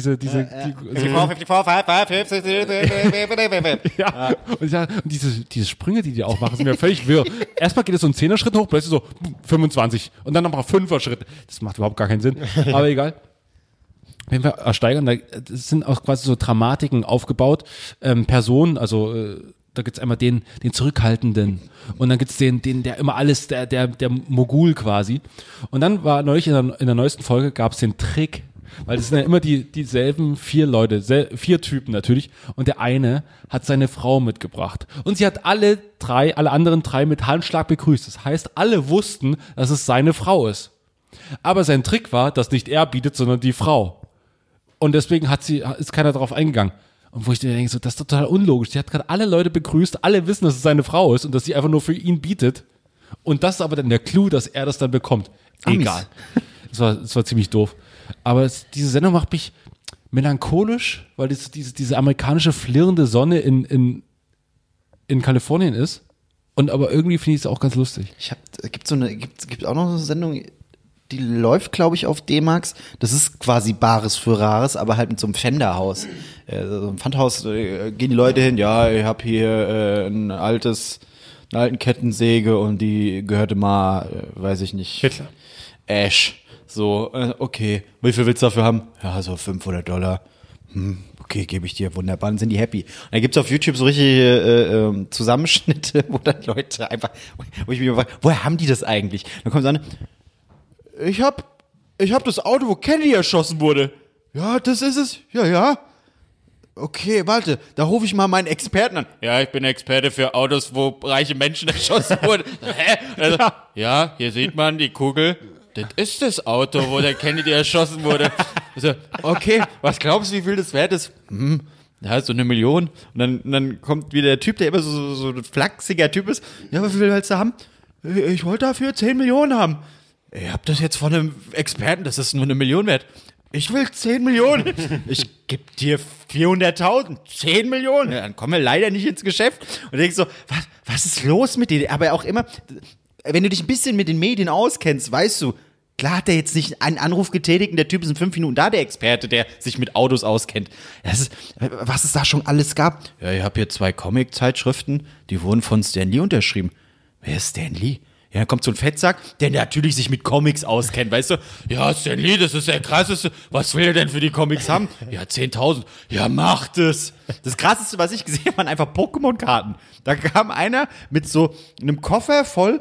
ja, und diese Sprünge, die auch machen, sind mir völlig wirr. Erstmal geht es so einen 10er-Schritt hoch, plötzlich so 25 und dann nochmal 5er-Schritt. Das macht überhaupt gar keinen Sinn, aber egal. Wenn wir ersteigern, das sind auch quasi so Dramatiken aufgebaut, Personen, also da gibt's einmal den Zurückhaltenden und dann gibt's den der immer alles, der Mogul quasi. Und dann war neulich in der neuesten Folge gab's den Trick, weil das sind ja immer dieselben 4 Leute, 4 Typen natürlich, und der eine hat seine Frau mitgebracht. Und sie hat alle anderen 3 mit Handschlag begrüßt. Das heißt, alle wussten, dass es seine Frau ist. Aber sein Trick war, dass nicht er bietet, sondern die Frau. Und deswegen ist keiner darauf eingegangen. Und wo ich mir denke, so, das ist total unlogisch. Sie hat gerade alle Leute begrüßt, alle wissen, dass es seine Frau ist und dass sie einfach nur für ihn bietet. Und das ist aber dann der Clou, dass er das dann bekommt. Egal. Das war ziemlich doof. Aber diese Sendung macht mich melancholisch, weil diese amerikanische flirrende Sonne in Kalifornien ist. Und aber irgendwie finde ich es auch ganz lustig. Gibt auch noch eine Sendung, die läuft, glaube ich, auf D-Max. Das ist quasi Bares für Rares, aber halt mit so einem Pfänderhaus. So ein Pfandhaus, gehen die Leute hin, ja, ich habe hier eine alten Kettensäge und die gehörte mal, weiß ich nicht, Hitler. Ash. So, okay, wie viel willst du dafür haben? Ja, so $500. Okay, gebe ich dir, wunderbar, dann sind die happy. Und dann gibt's auf YouTube so richtige Zusammenschnitte, wo dann Leute einfach, wo ich mich frage, woher haben die das eigentlich? Dann kommt so eine, ich hab das Auto, wo Kennedy erschossen wurde. Ja, das ist es. Ja. Okay, warte, da rufe ich mal meinen Experten an. Ja, ich bin Experte für Autos, wo reiche Menschen erschossen wurden. Hä? Also, ja, hier sieht man die Kugel. Das ist das Auto, wo der Kennedy erschossen wurde. Also, okay, was glaubst du, wie viel das wert ist? Ja, so 1 Million. Und dann kommt wieder der Typ, der immer so ein flachsiger Typ ist. Ja, wie viel willst du haben? Ich wollte dafür 10 Millionen haben. Ich hab das jetzt von einem Experten, das ist nur 1 Million wert. Ich will 10 Millionen. Ich geb dir 400.000. 10 Millionen. Ja, dann kommen wir leider nicht ins Geschäft. Und denkst so, was ist los mit dir? Aber auch immer, wenn du dich ein bisschen mit den Medien auskennst, weißt du, klar hat der jetzt nicht einen Anruf getätigt und der Typ ist in 5 Minuten da, der Experte, der sich mit Autos auskennt. Was es da schon alles gab. Ja, ich habe hier 2 Comic-Zeitschriften, die wurden von Stan Lee unterschrieben. Wer ist Stan Lee? Ja, dann kommt so ein Fettsack, der natürlich sich mit Comics auskennt, weißt du? Ja, Stan Lee, das ist der krasseste. Was will er denn für die Comics haben? Ja, 10.000. Ja, macht es. Das krasseste, was ich gesehen habe, waren einfach Pokémon-Karten. Da kam einer mit so einem Koffer voll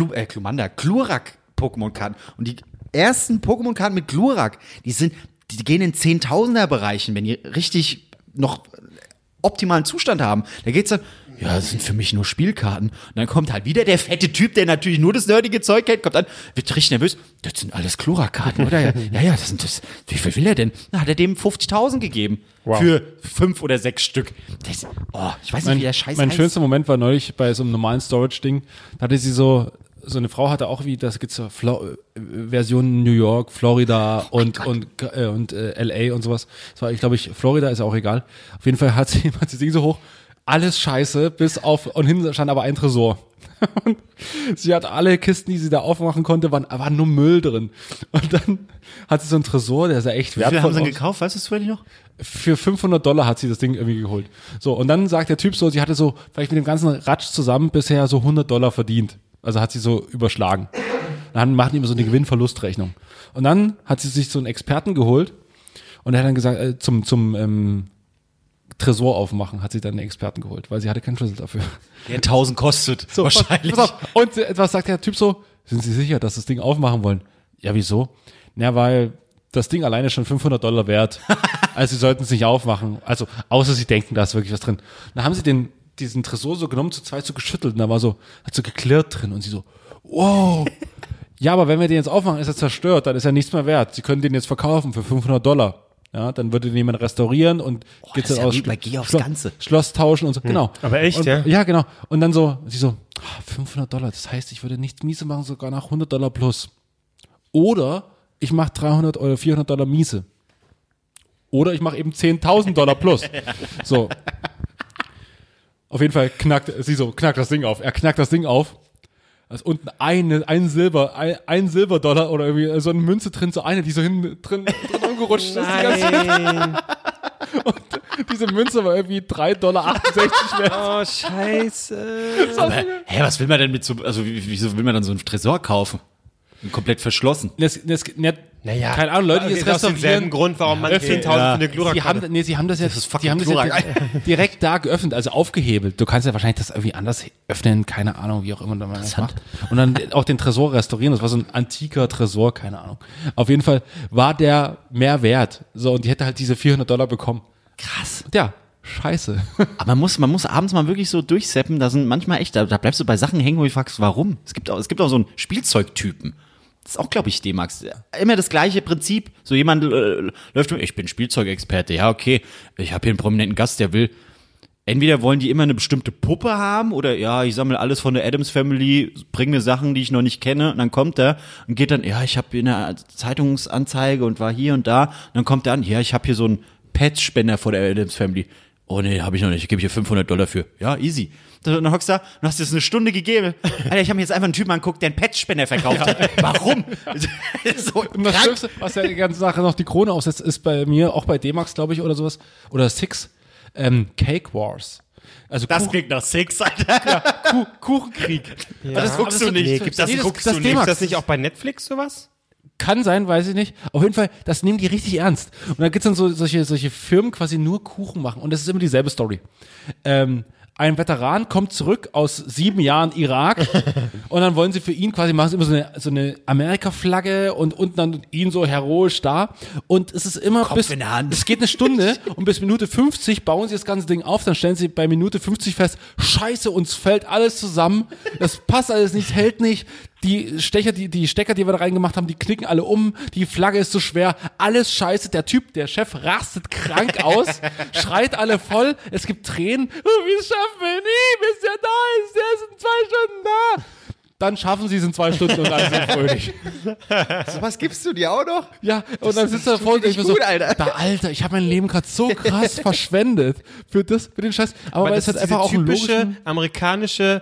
Glurak-Pokémon-Karten. Und die ersten Pokémon-Karten mit Glurak, die gehen in 10.000er-Bereichen, wenn die richtig noch optimalen Zustand haben. Da geht's dann, ja, das sind für mich nur Spielkarten. Und dann kommt halt wieder der fette Typ, der natürlich nur das nerdige Zeug kennt, kommt an, wird richtig nervös. Das sind alles Klora-Karten, oder? Ja, das sind das. Wie viel will er denn? Na, hat er dem 50.000 gegeben. Wow. Für 5 oder 6 Stück. Ich weiß nicht, wie der Scheiß heißt. Mein schönster Moment war neulich bei so einem normalen Storage-Ding. Da hatte sie so eine Frau hatte auch wie, das gibt's so Versionen New York, Florida und LA und sowas. Das war, ich glaube, Florida ist auch egal. Auf jeden Fall hat sie das Ding so hoch. Alles scheiße, bis auf, und hinten stand aber ein Tresor. Und sie hat alle Kisten, die sie da aufmachen konnte, waren nur Müll drin. Und dann hat sie so einen Tresor, der ist ja echt wertvoll. Wie viel haben sie denn gekauft? Weißt du es vielleicht noch? Für $500 hat sie das Ding irgendwie geholt. So, und dann sagt der Typ so, sie hatte so, vielleicht mit dem ganzen Ratsch zusammen bisher so $100 verdient. Also hat sie so überschlagen. Dann machen die immer so eine Gewinn-Verlust-Rechnung. Und dann hat sie sich so einen Experten geholt und er hat dann gesagt, zum Tresor aufmachen, hat sie dann einen Experten geholt, weil sie hatte keinen Schlüssel dafür. Der 1.000 kostet, so, wahrscheinlich. Pass auf. Und was sagt der Typ so? Sind Sie sicher, dass das Ding aufmachen wollen? Ja, wieso? Na, weil das Ding alleine schon $500 wert. Also sie sollten es nicht aufmachen. Also, außer sie denken, da ist wirklich was drin. Dann haben sie diesen Tresor so genommen, zu zweit so geschüttelt und da war so, hat so geklirrt drin und sie so, wow, Ja, aber wenn wir den jetzt aufmachen, ist er zerstört, dann ist er nichts mehr wert. Sie können den jetzt verkaufen für $500. Ja, dann würde den jemand restaurieren und geht's das ist dann ja aus wie bei Geh aufs Ganze. Schloss tauschen und so. Genau. Aber echt, und, ja? Ja, genau. Und dann so, sie so, $500. Das heißt, ich würde nichts miese machen, sogar nach $100 plus. Oder ich mache $300 oder $400 miese. Oder ich mache eben $10.000 plus. So. Auf jeden Fall knackt das Ding auf. Er knackt das Ding auf. Da ist unten ein Silberdollar oder irgendwie so eine Münze drin, so eine, die so drin umgerutscht ist. Die ganze Zeit. Und diese Münze war irgendwie $3,68 wert. Oh, scheiße. Aber, was will man denn mit so, also wieso will man dann so einen Tresor kaufen? Komplett verschlossen. Naja, keine Ahnung, Leute, die es aus demselben restaurieren. Grund, warum man 10.000 für eine Chlorakkarte. Sie haben das jetzt, ist fucking die haben das Chlorak. jetzt direkt da geöffnet, also aufgehebelt. Du kannst ja wahrscheinlich das irgendwie anders öffnen, keine Ahnung, wie auch immer man das macht. Und dann auch den Tresor restaurieren, das war so ein antiker Tresor, keine Ahnung. Auf jeden Fall war der mehr wert. So, und die hätte halt diese $400 bekommen. Krass. Ja, scheiße. Aber man muss abends mal wirklich so durchseppen, da sind manchmal echt, da bleibst du bei Sachen hängen, wo du fragst, warum? Es gibt auch so einen Spielzeugtypen. Das ist auch, glaube ich, D-Max. Immer das gleiche Prinzip. So jemand läuft, ich bin Spielzeugexperte, ja, okay. Ich habe hier einen prominenten Gast, der will, entweder wollen die immer eine bestimmte Puppe haben oder ja, ich sammle alles von der Addams Family, bring mir Sachen, die ich noch nicht kenne und dann kommt er und geht dann, ja, ich habe hier eine Zeitungsanzeige und war hier und da. Und dann kommt er an, ja, ich habe hier so einen Pet-Spender von der Addams Family. Oh nee, habe ich noch nicht, ich gebe hier $500 für. Ja, easy. Dann hockst du da und hast dir das eine Stunde gegeben. Alter, ich habe mir jetzt einfach einen Typen angeguckt, der einen Patchspender verkauft hat. Warum? So Und das Schlimmste, was ja die ganze Sache noch die Krone aufsetzt, ist bei mir, auch bei D-Max, glaube ich, oder sowas, oder Six, Cake Wars. Also das klingt nach Six, Alter. Kuchenkrieg. Ja. Das guckst du nicht. Gibt's das das, guckst du nicht. Gibt's das nicht auch bei Netflix sowas? Kann sein, weiß ich nicht. Auf jeden Fall, das nehmen die richtig ernst. Und dann gibt's dann so solche Firmen quasi nur Kuchen machen. Und das ist immer dieselbe Story. Ein Veteran kommt zurück aus 7 Jahren Irak und dann wollen sie für ihn quasi, machen sie immer so eine Amerika-Flagge und unten dann ihn so heroisch da. Und es ist immer Kopf in der Hand. es geht eine Stunde und bis Minute 50 bauen sie das ganze Ding auf, dann stellen sie bei Minute 50 fest, scheiße, uns fällt alles zusammen, das passt alles nicht, hält nicht. Die Stecker, die wir da reingemacht haben, die knicken alle um, die Flagge ist zu schwer, alles scheiße, der Chef rastet krank aus, schreit alle voll, es gibt Tränen, wie schaffen wir nie, bis der da ist, der ist in 2 Stunden da. Dann schaffen sie es in 2 Stunden und alle sind fröhlich. So was gibst du dir auch noch? Ja, und dann sitzt er vor und ich gut, so, Alter. Alter, ich habe mein Leben gerade so krass verschwendet für den Scheiß, aber weil es hat einfach auch einen typische logischen... amerikanische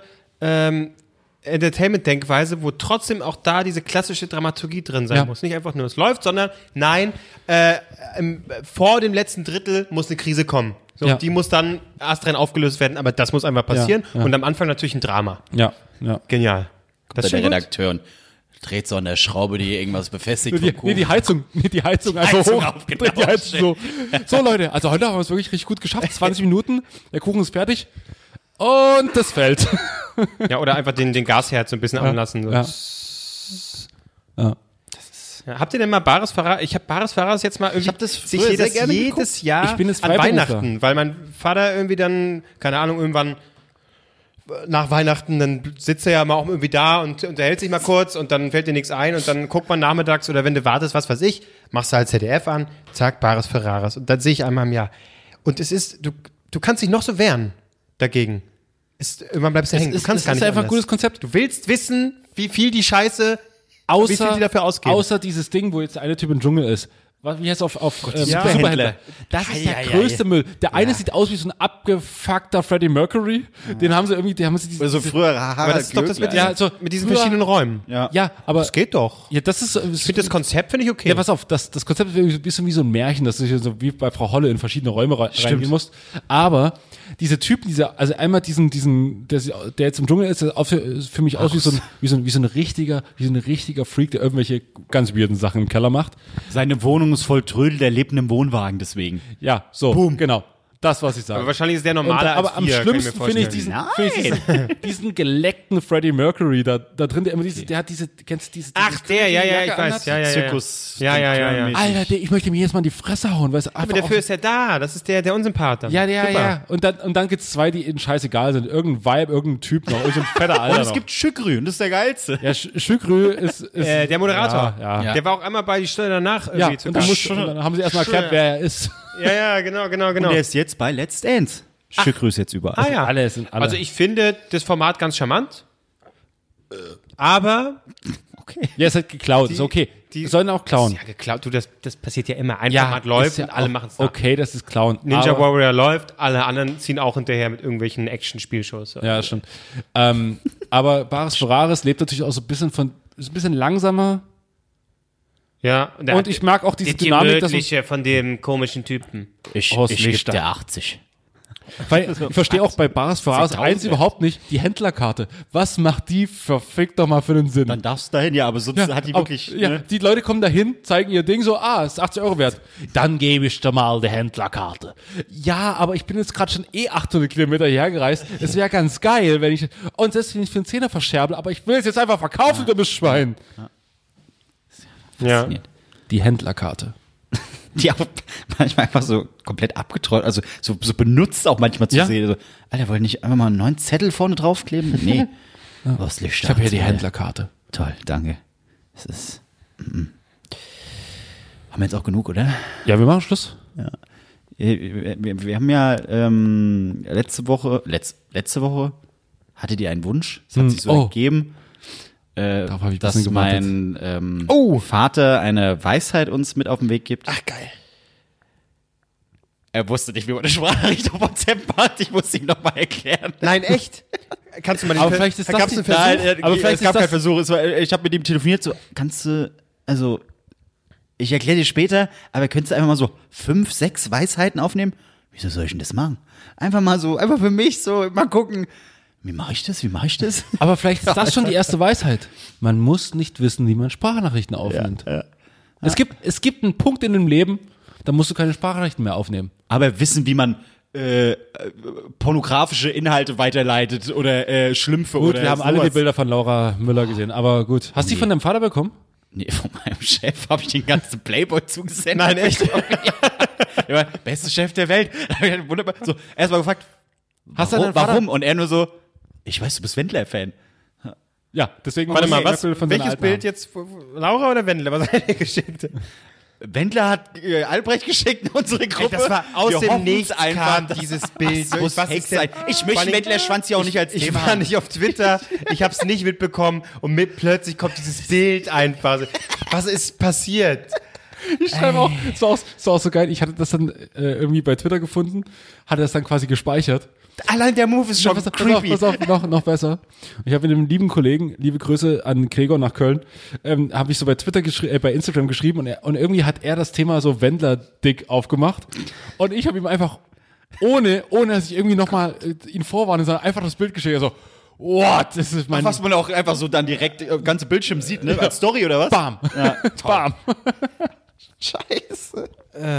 Entertainment-Denkweise, wo trotzdem auch da diese klassische Dramaturgie drin sein Ja. muss. Nicht einfach nur, es läuft, sondern nein, vor dem letzten Drittel muss eine Krise kommen. So, Ja. die muss dann astrein aufgelöst werden, aber das muss einfach passieren. Ja, ja. Und am Anfang natürlich ein Drama. Ja. Genial. Das ist Der schon gut. Redakteur und dreht so an der Schraube, die irgendwas befestigt. Die Heizung einfach Heizung hoch. auf, genau. Die Heizung so Leute, also heute haben wir es wirklich richtig gut geschafft. 20 Minuten, der Kuchen ist fertig und das fällt. Ja, oder einfach den Gasherd so ein bisschen anlassen. So. Ja. Ja, habt ihr denn mal Bares Ferraris? Ich habe Bares Ferraris jetzt mal irgendwie. Ich hab das sich früher sehr jedes gerne geguckt. Jahr Ich bin jetzt an Freiberufler. Weihnachten, weil mein Vater irgendwie dann, keine Ahnung, irgendwann nach Weihnachten, dann sitzt er ja mal auch irgendwie da und unterhält sich mal kurz und dann fällt dir nichts ein und dann guckt man nachmittags oder wenn du wartest, was weiß ich, machst du halt ZDF an, zack, Bares Ferraris und dann sehe ich einmal im Jahr. Und es ist, du kannst dich noch so wehren dagegen. Irgendwann bleibst du hängen. Du kannst gar nicht einfach ein anders. gutes Konzept. Du willst wissen, wie viel die Scheiße, wie viel die dafür ausgeben. Außer dieses Ding, wo jetzt der eine Typ im Dschungel ist. Wie heißt es auf Superhändler. Das ist der größte Müll. Der eine sieht aus wie so ein abgefuckter Freddie Mercury. Den haben sie irgendwie, Also früher aber das ist doch das mit, Ja, so mit diesen früher- verschiedenen Räumen. Ja, aber Das geht doch. ja, das ist Ich finde das Konzept finde ich okay. Ja, pass auf, das Konzept ist ein bisschen wie so ein Märchen, dass du hier so wie bei Frau Holle in verschiedene Räume reingehen musst. Aber diese Typen, also einmal der jetzt im Dschungel ist, der für mich aus wie so ein richtiger Freak, der irgendwelche ganz weirden Sachen im Keller macht. Seine Wohnung ist voll Trödel, der lebt in einem Wohnwagen deswegen. Ja, so, genau. Das, was ich sage. Aber wahrscheinlich ist der normaler aber als am 4, kann schlimmsten mir finde ich vorstellen. diesen geleckten Freddie Mercury da drin, der immer der hat kennst du diese Ach, der, ja, ich Jacke weiß. anhat? Ja. Zirkus. Ja. Alter, ich möchte mir jetzt mal in die Fresse hauen, weil es einfach Aber dafür ist er da. Das ist der Unsympath dann. Ja. Und dann gibt's zwei, die ihnen scheißegal sind. Irgendein Vibe, irgendein Typ noch, irgendein fetter Alter Und es noch. gibt Schükrü, und das ist der geilste. Ja, Schükrü ist Der Moderator. Ja. Der war auch einmal bei die Stunde danach Ja, irgendwie zu und dann, Gast. dann haben sie erstmal erklärt, wer er ist. Ja, genau. Und der ist jetzt bei Let's Dance. Schükrü ist jetzt überall. Ah ja. Alle sind alle. Also ich finde das Format ganz charmant. Aber Ja, es hat geklaut, ist okay. Die sollen auch klauen. ja geklaut. Du, das passiert ja immer. Ein Ja, Format läuft ist ja und alle auch machen es nach. okay, das ist klauen. Ninja aber, Warrior läuft, alle anderen ziehen auch hinterher mit irgendwelchen Action-Spielshows. Ja, das stimmt. Aber Baris Ferraris lebt natürlich auch so ein bisschen ist ein bisschen langsamer. Ja. Und ich mag auch diese die Dynamik, dass Gemütliche von dem komischen Typen. Ich Horst geb Lichter. dir 80. weil ich verstehe auch bei Baris Ferraris eins überhaupt nicht, die Händlerkarte. Was macht die verfickt doch mal für einen Sinn? Dann darfst du dahin, ja, aber sonst hat die aber- wirklich. Ja, Ne? die Leute kommen dahin, zeigen ihr Ding so, ist 80 Euro wert. Dann gebe ich dir mal die Händlerkarte. Ja, aber ich bin jetzt gerade schon 800 Kilometer hergereist. Es wäre ganz geil, wenn ich, und selbst wenn ich für einen Zehner verscherbel, aber ich will es jetzt einfach verkaufen, dummes Schwein. Ja. Die Händlerkarte. Die auch manchmal einfach so komplett abgetreut, also so benutzt auch manchmal zu Ja. sehen. So, Alter, wollt ihr nicht einfach mal einen neuen Zettel vorne draufkleben? Nee. Was Licht Ich habe hier die Händlerkarte. Toll, danke. Es ist. Haben wir jetzt auch genug, oder? Ja, wir machen Schluss. Wir haben ja letzte Woche hattet ihr einen Wunsch? Es hat sich so Oh. ergeben, Darauf habe ich ein dass bisschen gewartet. mein Vater eine Weisheit uns mit auf den Weg gibt. Ach, geil. Er wusste nicht, wie man eine Sprachnachricht auf WhatsApp macht. Ich muss ihm nochmal erklären. Nein, echt? Kannst du mal den Aber vielleicht ist das gab's die- einen Versuch? Aber vielleicht es gab ist das- keinen Versuch. Ich habe mit ihm telefoniert, so, kannst du, also, ich erkläre dir später, aber könntest du einfach mal so 5, 6 Weisheiten aufnehmen? Wieso soll ich denn das machen? Einfach mal so, einfach für mich so, mal gucken, wie mache ich das? Aber vielleicht ist das schon die erste Weisheit. Man muss nicht wissen, wie man Sprachnachrichten aufnimmt. Es gibt einen Punkt in dem Leben, da musst du keine Sprachnachrichten mehr aufnehmen. Aber wissen, wie man pornografische Inhalte weiterleitet oder Schlümpfe Gut, oder wir haben alle sowas. die Bilder von Laura Müller gesehen, aber gut. Hast du die von deinem Vater bekommen? Nee, von meinem Chef habe ich den ganzen Playboy zugesendet. Nein, echt? Ja, beste Chef der Welt. Wunderbar. So, erstmal gefragt, Hast du deinen Vater? warum? Und er nur so, ich weiß, du bist Wendler-Fan. Ja, deswegen. Warte muss mal, ich Apple von seiner welches alten Bild haben. jetzt? Laura oder Wendler? Was hat er geschickt? Wendler hat Albrecht geschickt in unsere Gruppe. Das war aus Wir dem hoffen's Nichts einfach, kam dieses Bild. Das muss Hex sein. Ich möchte Wendler-Schwanz ja auch nicht als Ich Thema war haben. nicht auf Twitter, ich habe es nicht mitbekommen und plötzlich kommt dieses Bild einfach. Was ist passiert? Ich schreibe auch, es war auch so geil, ich hatte das dann irgendwie bei Twitter gefunden, hatte das dann quasi gespeichert. Allein der Move ist schon creepy. Pass auf, noch besser. Ich habe mit einem lieben Kollegen, liebe Grüße an Gregor nach Köln, habe ich so bei Twitter bei Instagram geschrieben und irgendwie hat er das Thema so Wendler-Dick aufgemacht und ich habe ihm einfach, ohne dass ich irgendwie nochmal ihn vorwarne, sondern einfach das Bild geschickt, so, what, das ist mein, Was man auch einfach so dann direkt ganze Bildschirm sieht, ne? Als Story oder was? Bam, bam. Scheiße.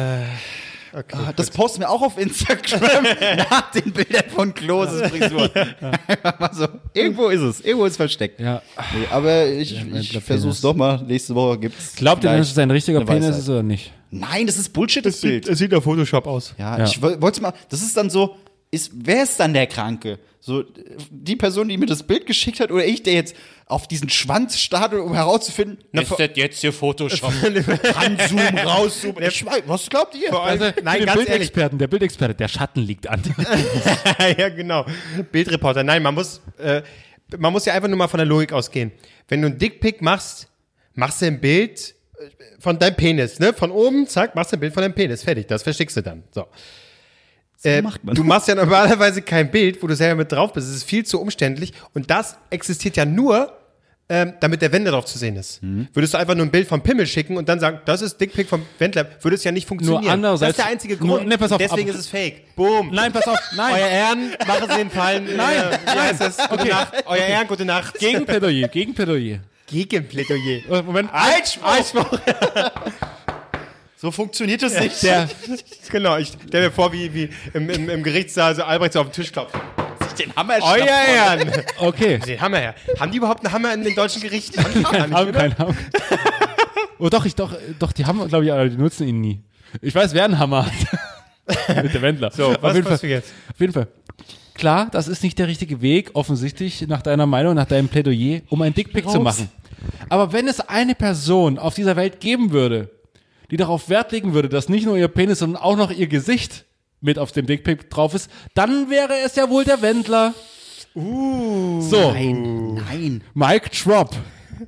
Das posten wir auch auf Instagram nach den Bildern von Kloses Frisur. Einfach mal so. Irgendwo ist es. Irgendwo ist versteckt. Ja. Nee, aber ich Wendler versuch's Penis. doch mal. Nächste Woche gibt's. Glaubt ihr, dass es ein richtiger eine Penis Weisheit. ist oder nicht? Nein, das ist Bullshit, das Bild. Es sieht auf Photoshop aus. Ja, Ja. ich wollte mal, das ist dann so, wer ist dann der Kranke? So, die Person, die mir das Bild geschickt hat, oder ich, der jetzt auf diesen Schwanz startet, um herauszufinden, ist das jetzt hier Photoshop? Ranzoomen, rauszoomen. Was glaubt ihr? Vor allem, Also, nein, für den ganz ehrlich. Bildexperten, der Bildexperte, der Schatten liegt an. Ja, genau. Bildreporter. Nein, man muss ja einfach nur mal von der Logik ausgehen. Wenn du einen Dickpick machst du ein Bild von deinem Penis, ne? Von oben, zack, machst du ein Bild von deinem Penis. Fertig, das verschickst du dann. So. macht man. Du machst ja normalerweise kein Bild, wo du selber mit drauf bist. Es ist viel zu umständlich. Und das existiert ja nur, damit der Wendler drauf zu sehen ist. Würdest du einfach nur ein Bild vom Pimmel schicken und dann sagen, das ist Dickpick vom Wendler, würde es ja nicht funktionieren. andererseits- das ist der einzige nur- Grund. ne, pass auf, Deswegen aber- ist es fake. Boom. Nein, pass auf, nein. Euer Ehren, machen Sie den Fallen. Nein, Wie heißt das? Gute Nacht. Euer Ehren, gute Nacht. Gegenplädoyer. Gegenplädoyer. Moment. Einspruch. So funktioniert es nicht. Genau, ich stelle mir vor, wie im Gerichtssaal so Albrecht so auf den Tisch klopft. Den Hammer Euer Ehren! Okay. Den Hammer her. Haben die überhaupt einen Hammer in den deutschen Gerichten? Haben die gar nicht, Haben oder? keinen Hammer. Oh, doch, die haben, glaube ich, aber die nutzen ihn nie. Ich weiß, wer einen Hammer hat. Mit der Wendler. So, was jeden machst Fall, du jetzt? auf jeden Fall. Klar, das ist nicht der richtige Weg, offensichtlich, nach deiner Meinung, nach deinem Plädoyer, um ein Dickpick zu machen. Aber wenn es eine Person auf dieser Welt geben würde, die darauf Wert legen würde, dass nicht nur ihr Penis, sondern auch noch ihr Gesicht mit auf dem Dickpick drauf ist, dann wäre es ja wohl der Wendler. So, Nein. Mike Drop.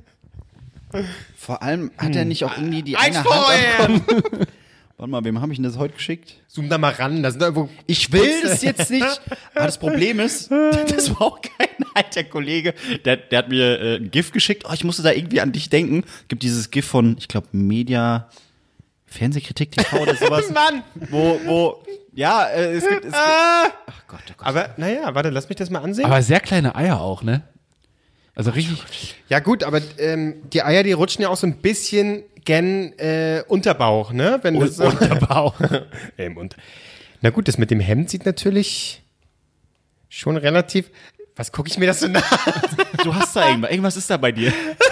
Vor allem hat er nicht auch irgendwie die Eins eine vor Hand. Warte mal, wem habe ich denn das heute geschickt? Zoom da mal ran. Da sind da irgendwo Ich will das jetzt nicht. Aber das Problem ist, das war auch kein alter Kollege. Der hat mir ein GIF geschickt. Oh, ich musste da irgendwie an dich denken. Gibt dieses GIF von, ich glaube, Media Fernsehkritik TV oder sowas. Mann! Es gibt. Ach Gott, oh Gott. Aber naja, warte, lass mich das mal ansehen. Aber sehr kleine Eier auch, ne? Also richtig. Ja gut, aber die Eier, die rutschen ja auch so ein bisschen gen Unterbauch, ne? Wenn das so Unterbauch. Na gut, das mit dem Hemd sieht natürlich schon relativ... Was gucke ich mir das so nach? Du hast da irgendwas. Irgendwas ist da bei dir.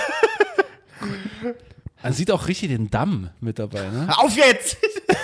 Man sieht auch richtig den Damm mit dabei, ne? Hör auf jetzt!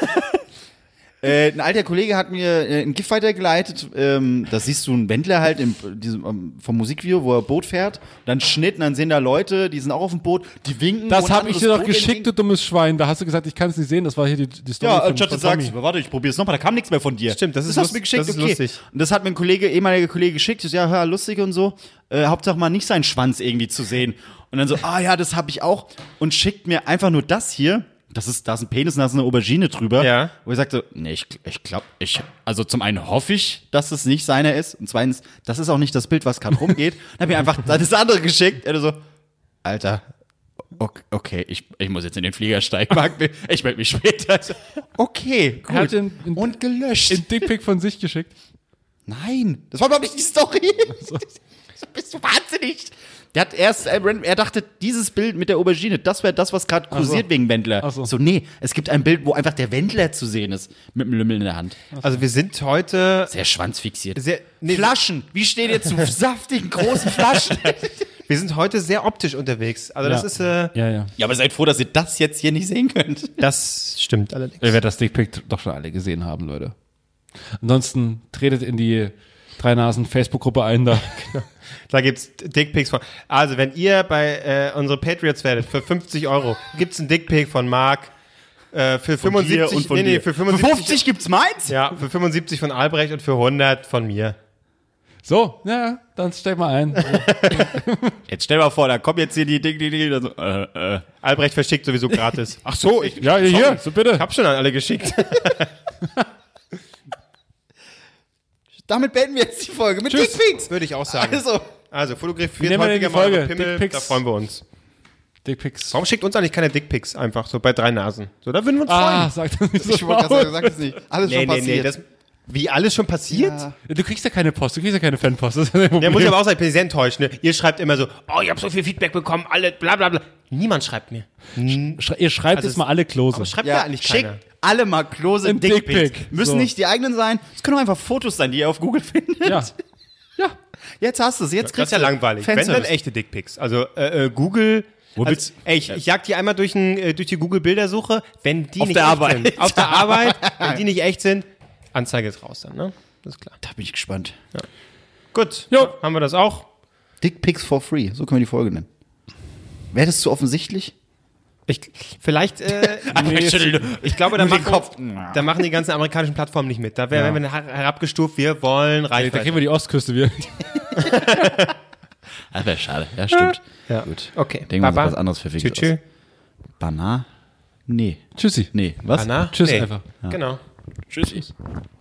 Ein alter Kollege hat mir ein GIF weitergeleitet. Das siehst du einen Wendler halt vom Musikvideo, wo er Boot fährt. Dann Schnitt, und dann sehen da Leute, die sind auch auf dem Boot, die winken. Das wo ein habe ich anderes dir doch Boot geschickt, du entgegenkommt. dummes Schwein. Da hast du gesagt, ich kann es nicht sehen. Das war hier die Story Ja, von anstatt du Tommy. sagst, warte, ich probiere es nochmal, da kam nichts mehr von dir. Stimmt, das ist hast du mir lust- geschickt, das ist okay. lustig. Und das hat mir ein ehemaliger Kollege geschickt. Ich so, ja, hör, lustig und so. Hauptsache mal nicht seinen Schwanz irgendwie zu sehen. Und dann so, ja, das habe ich auch. Und schickt mir einfach nur das hier. Da ist ein Penis und da ist eine Aubergine drüber. Ja. Wo ich sagte, nee, ich glaube, also zum einen hoffe ich, dass es nicht seiner ist. Und zweitens, das ist auch nicht das Bild, was gerade rumgeht. Dann habe ich einfach das andere geschickt. Er so, Alter, okay, ich muss jetzt in den Flieger steigen. Ich melde mich später. Okay, Er hat gut. den Und gelöscht. Dickpick von sich geschickt. Nein, das war überhaupt nicht die Story. Bist du wahnsinnig? Er dachte, dieses Bild mit der Aubergine, das wäre das, was gerade kursiert wegen Wendler. Ach so. So, nee, es gibt ein Bild, wo einfach der Wendler zu sehen ist, mit dem Lümmel in der Hand. Also wir sind heute... Sehr schwanzfixiert. Nee, Flaschen, wie steht ihr zu saftigen, großen Flaschen? wir sind heute sehr optisch unterwegs. Also das ist... Ja. Ja, aber seid froh, dass ihr das jetzt hier nicht sehen könnt. Das stimmt allerdings. Ihr werdet das Dickpick doch schon alle gesehen haben, Leute. Ansonsten tretet in die 3 Nasen Facebook-Gruppe ein da. Da gibt's Dickpics von... Also wenn ihr bei unsere Patriots werdet, für 50 € gibt's einen Dickpic von Marc. Für 75... Für für 75... 50 gibt's meins? Ja, für 75 von Albrecht und für 100 von mir. So, ja, dann steig mal ein. Jetzt stell mal vor, da kommt jetzt hier die Ding, so, Albrecht verschickt sowieso gratis. Ach so, ich Ja, hier, so bitte. hab schon an alle geschickt. Damit beenden wir jetzt die Folge mit Dickpics. Würde ich auch sagen. Also fotografiert nennen wir denn die häufiger mal eure Folge? Pimmel, Dickpics? da freuen wir uns. Dickpics. Warum schickt uns eigentlich keine Dickpics einfach so bei 3 Nasen? So, da würden wir uns Ah, freuen. sag das nicht so Ich wollte gerade laut. sagen, sag es nicht. Alles schon passiert. das, wie alles schon passiert? Ja. Du kriegst ja keine Post, du kriegst ja keine Fanpost. Das ist ja Der muss aber auch sein, ich bin sehr enttäuscht. Ne? Ihr schreibt immer so, ich habe so viel Feedback bekommen, alle bla bla bla. Niemand schreibt mir. Ihr schreibt Also jetzt mal alle Klose. Aber schreibt ja eigentlich schickt keiner. alle mal Klose Ein Dickpics. Dickpic. Müssen So. nicht die eigenen sein. Es können auch einfach Fotos sein, die ihr auf Google findet. Ja. Ja. Jetzt hast du es. Jetzt Das kriegst ist ja du langweilig. Wenn dann Fanservice. echte Dickpics. Also Google. Also, ich jag die einmal durch die Google-Bildersuche. Wenn die Auf nicht der echt Arbeit. sind. Auf der Arbeit. Wenn die nicht echt sind, Anzeige ist raus dann. Ne? Das ist klar. Da bin ich gespannt. Gut, Jo. haben wir das auch. Dickpics for free. So können wir die Folge nennen. Wäre das zu offensichtlich? Vielleicht, ich glaube, da Nur den machen, Kopf. da machen die ganzen amerikanischen Plattformen nicht mit. Da werden wir herabgestuft, wir wollen Da Reichweite. kriegen wir die Ostküste wieder. Das wäre schade. Ja, stimmt. Ja. Gut. Okay. Denken wir uns Baba. was anderes für Tschüss. Tschüss. Banana? Nee. Tschüssi. Nee. Was? Anna? Tschüss Nee. einfach. Genau. Tschüssi.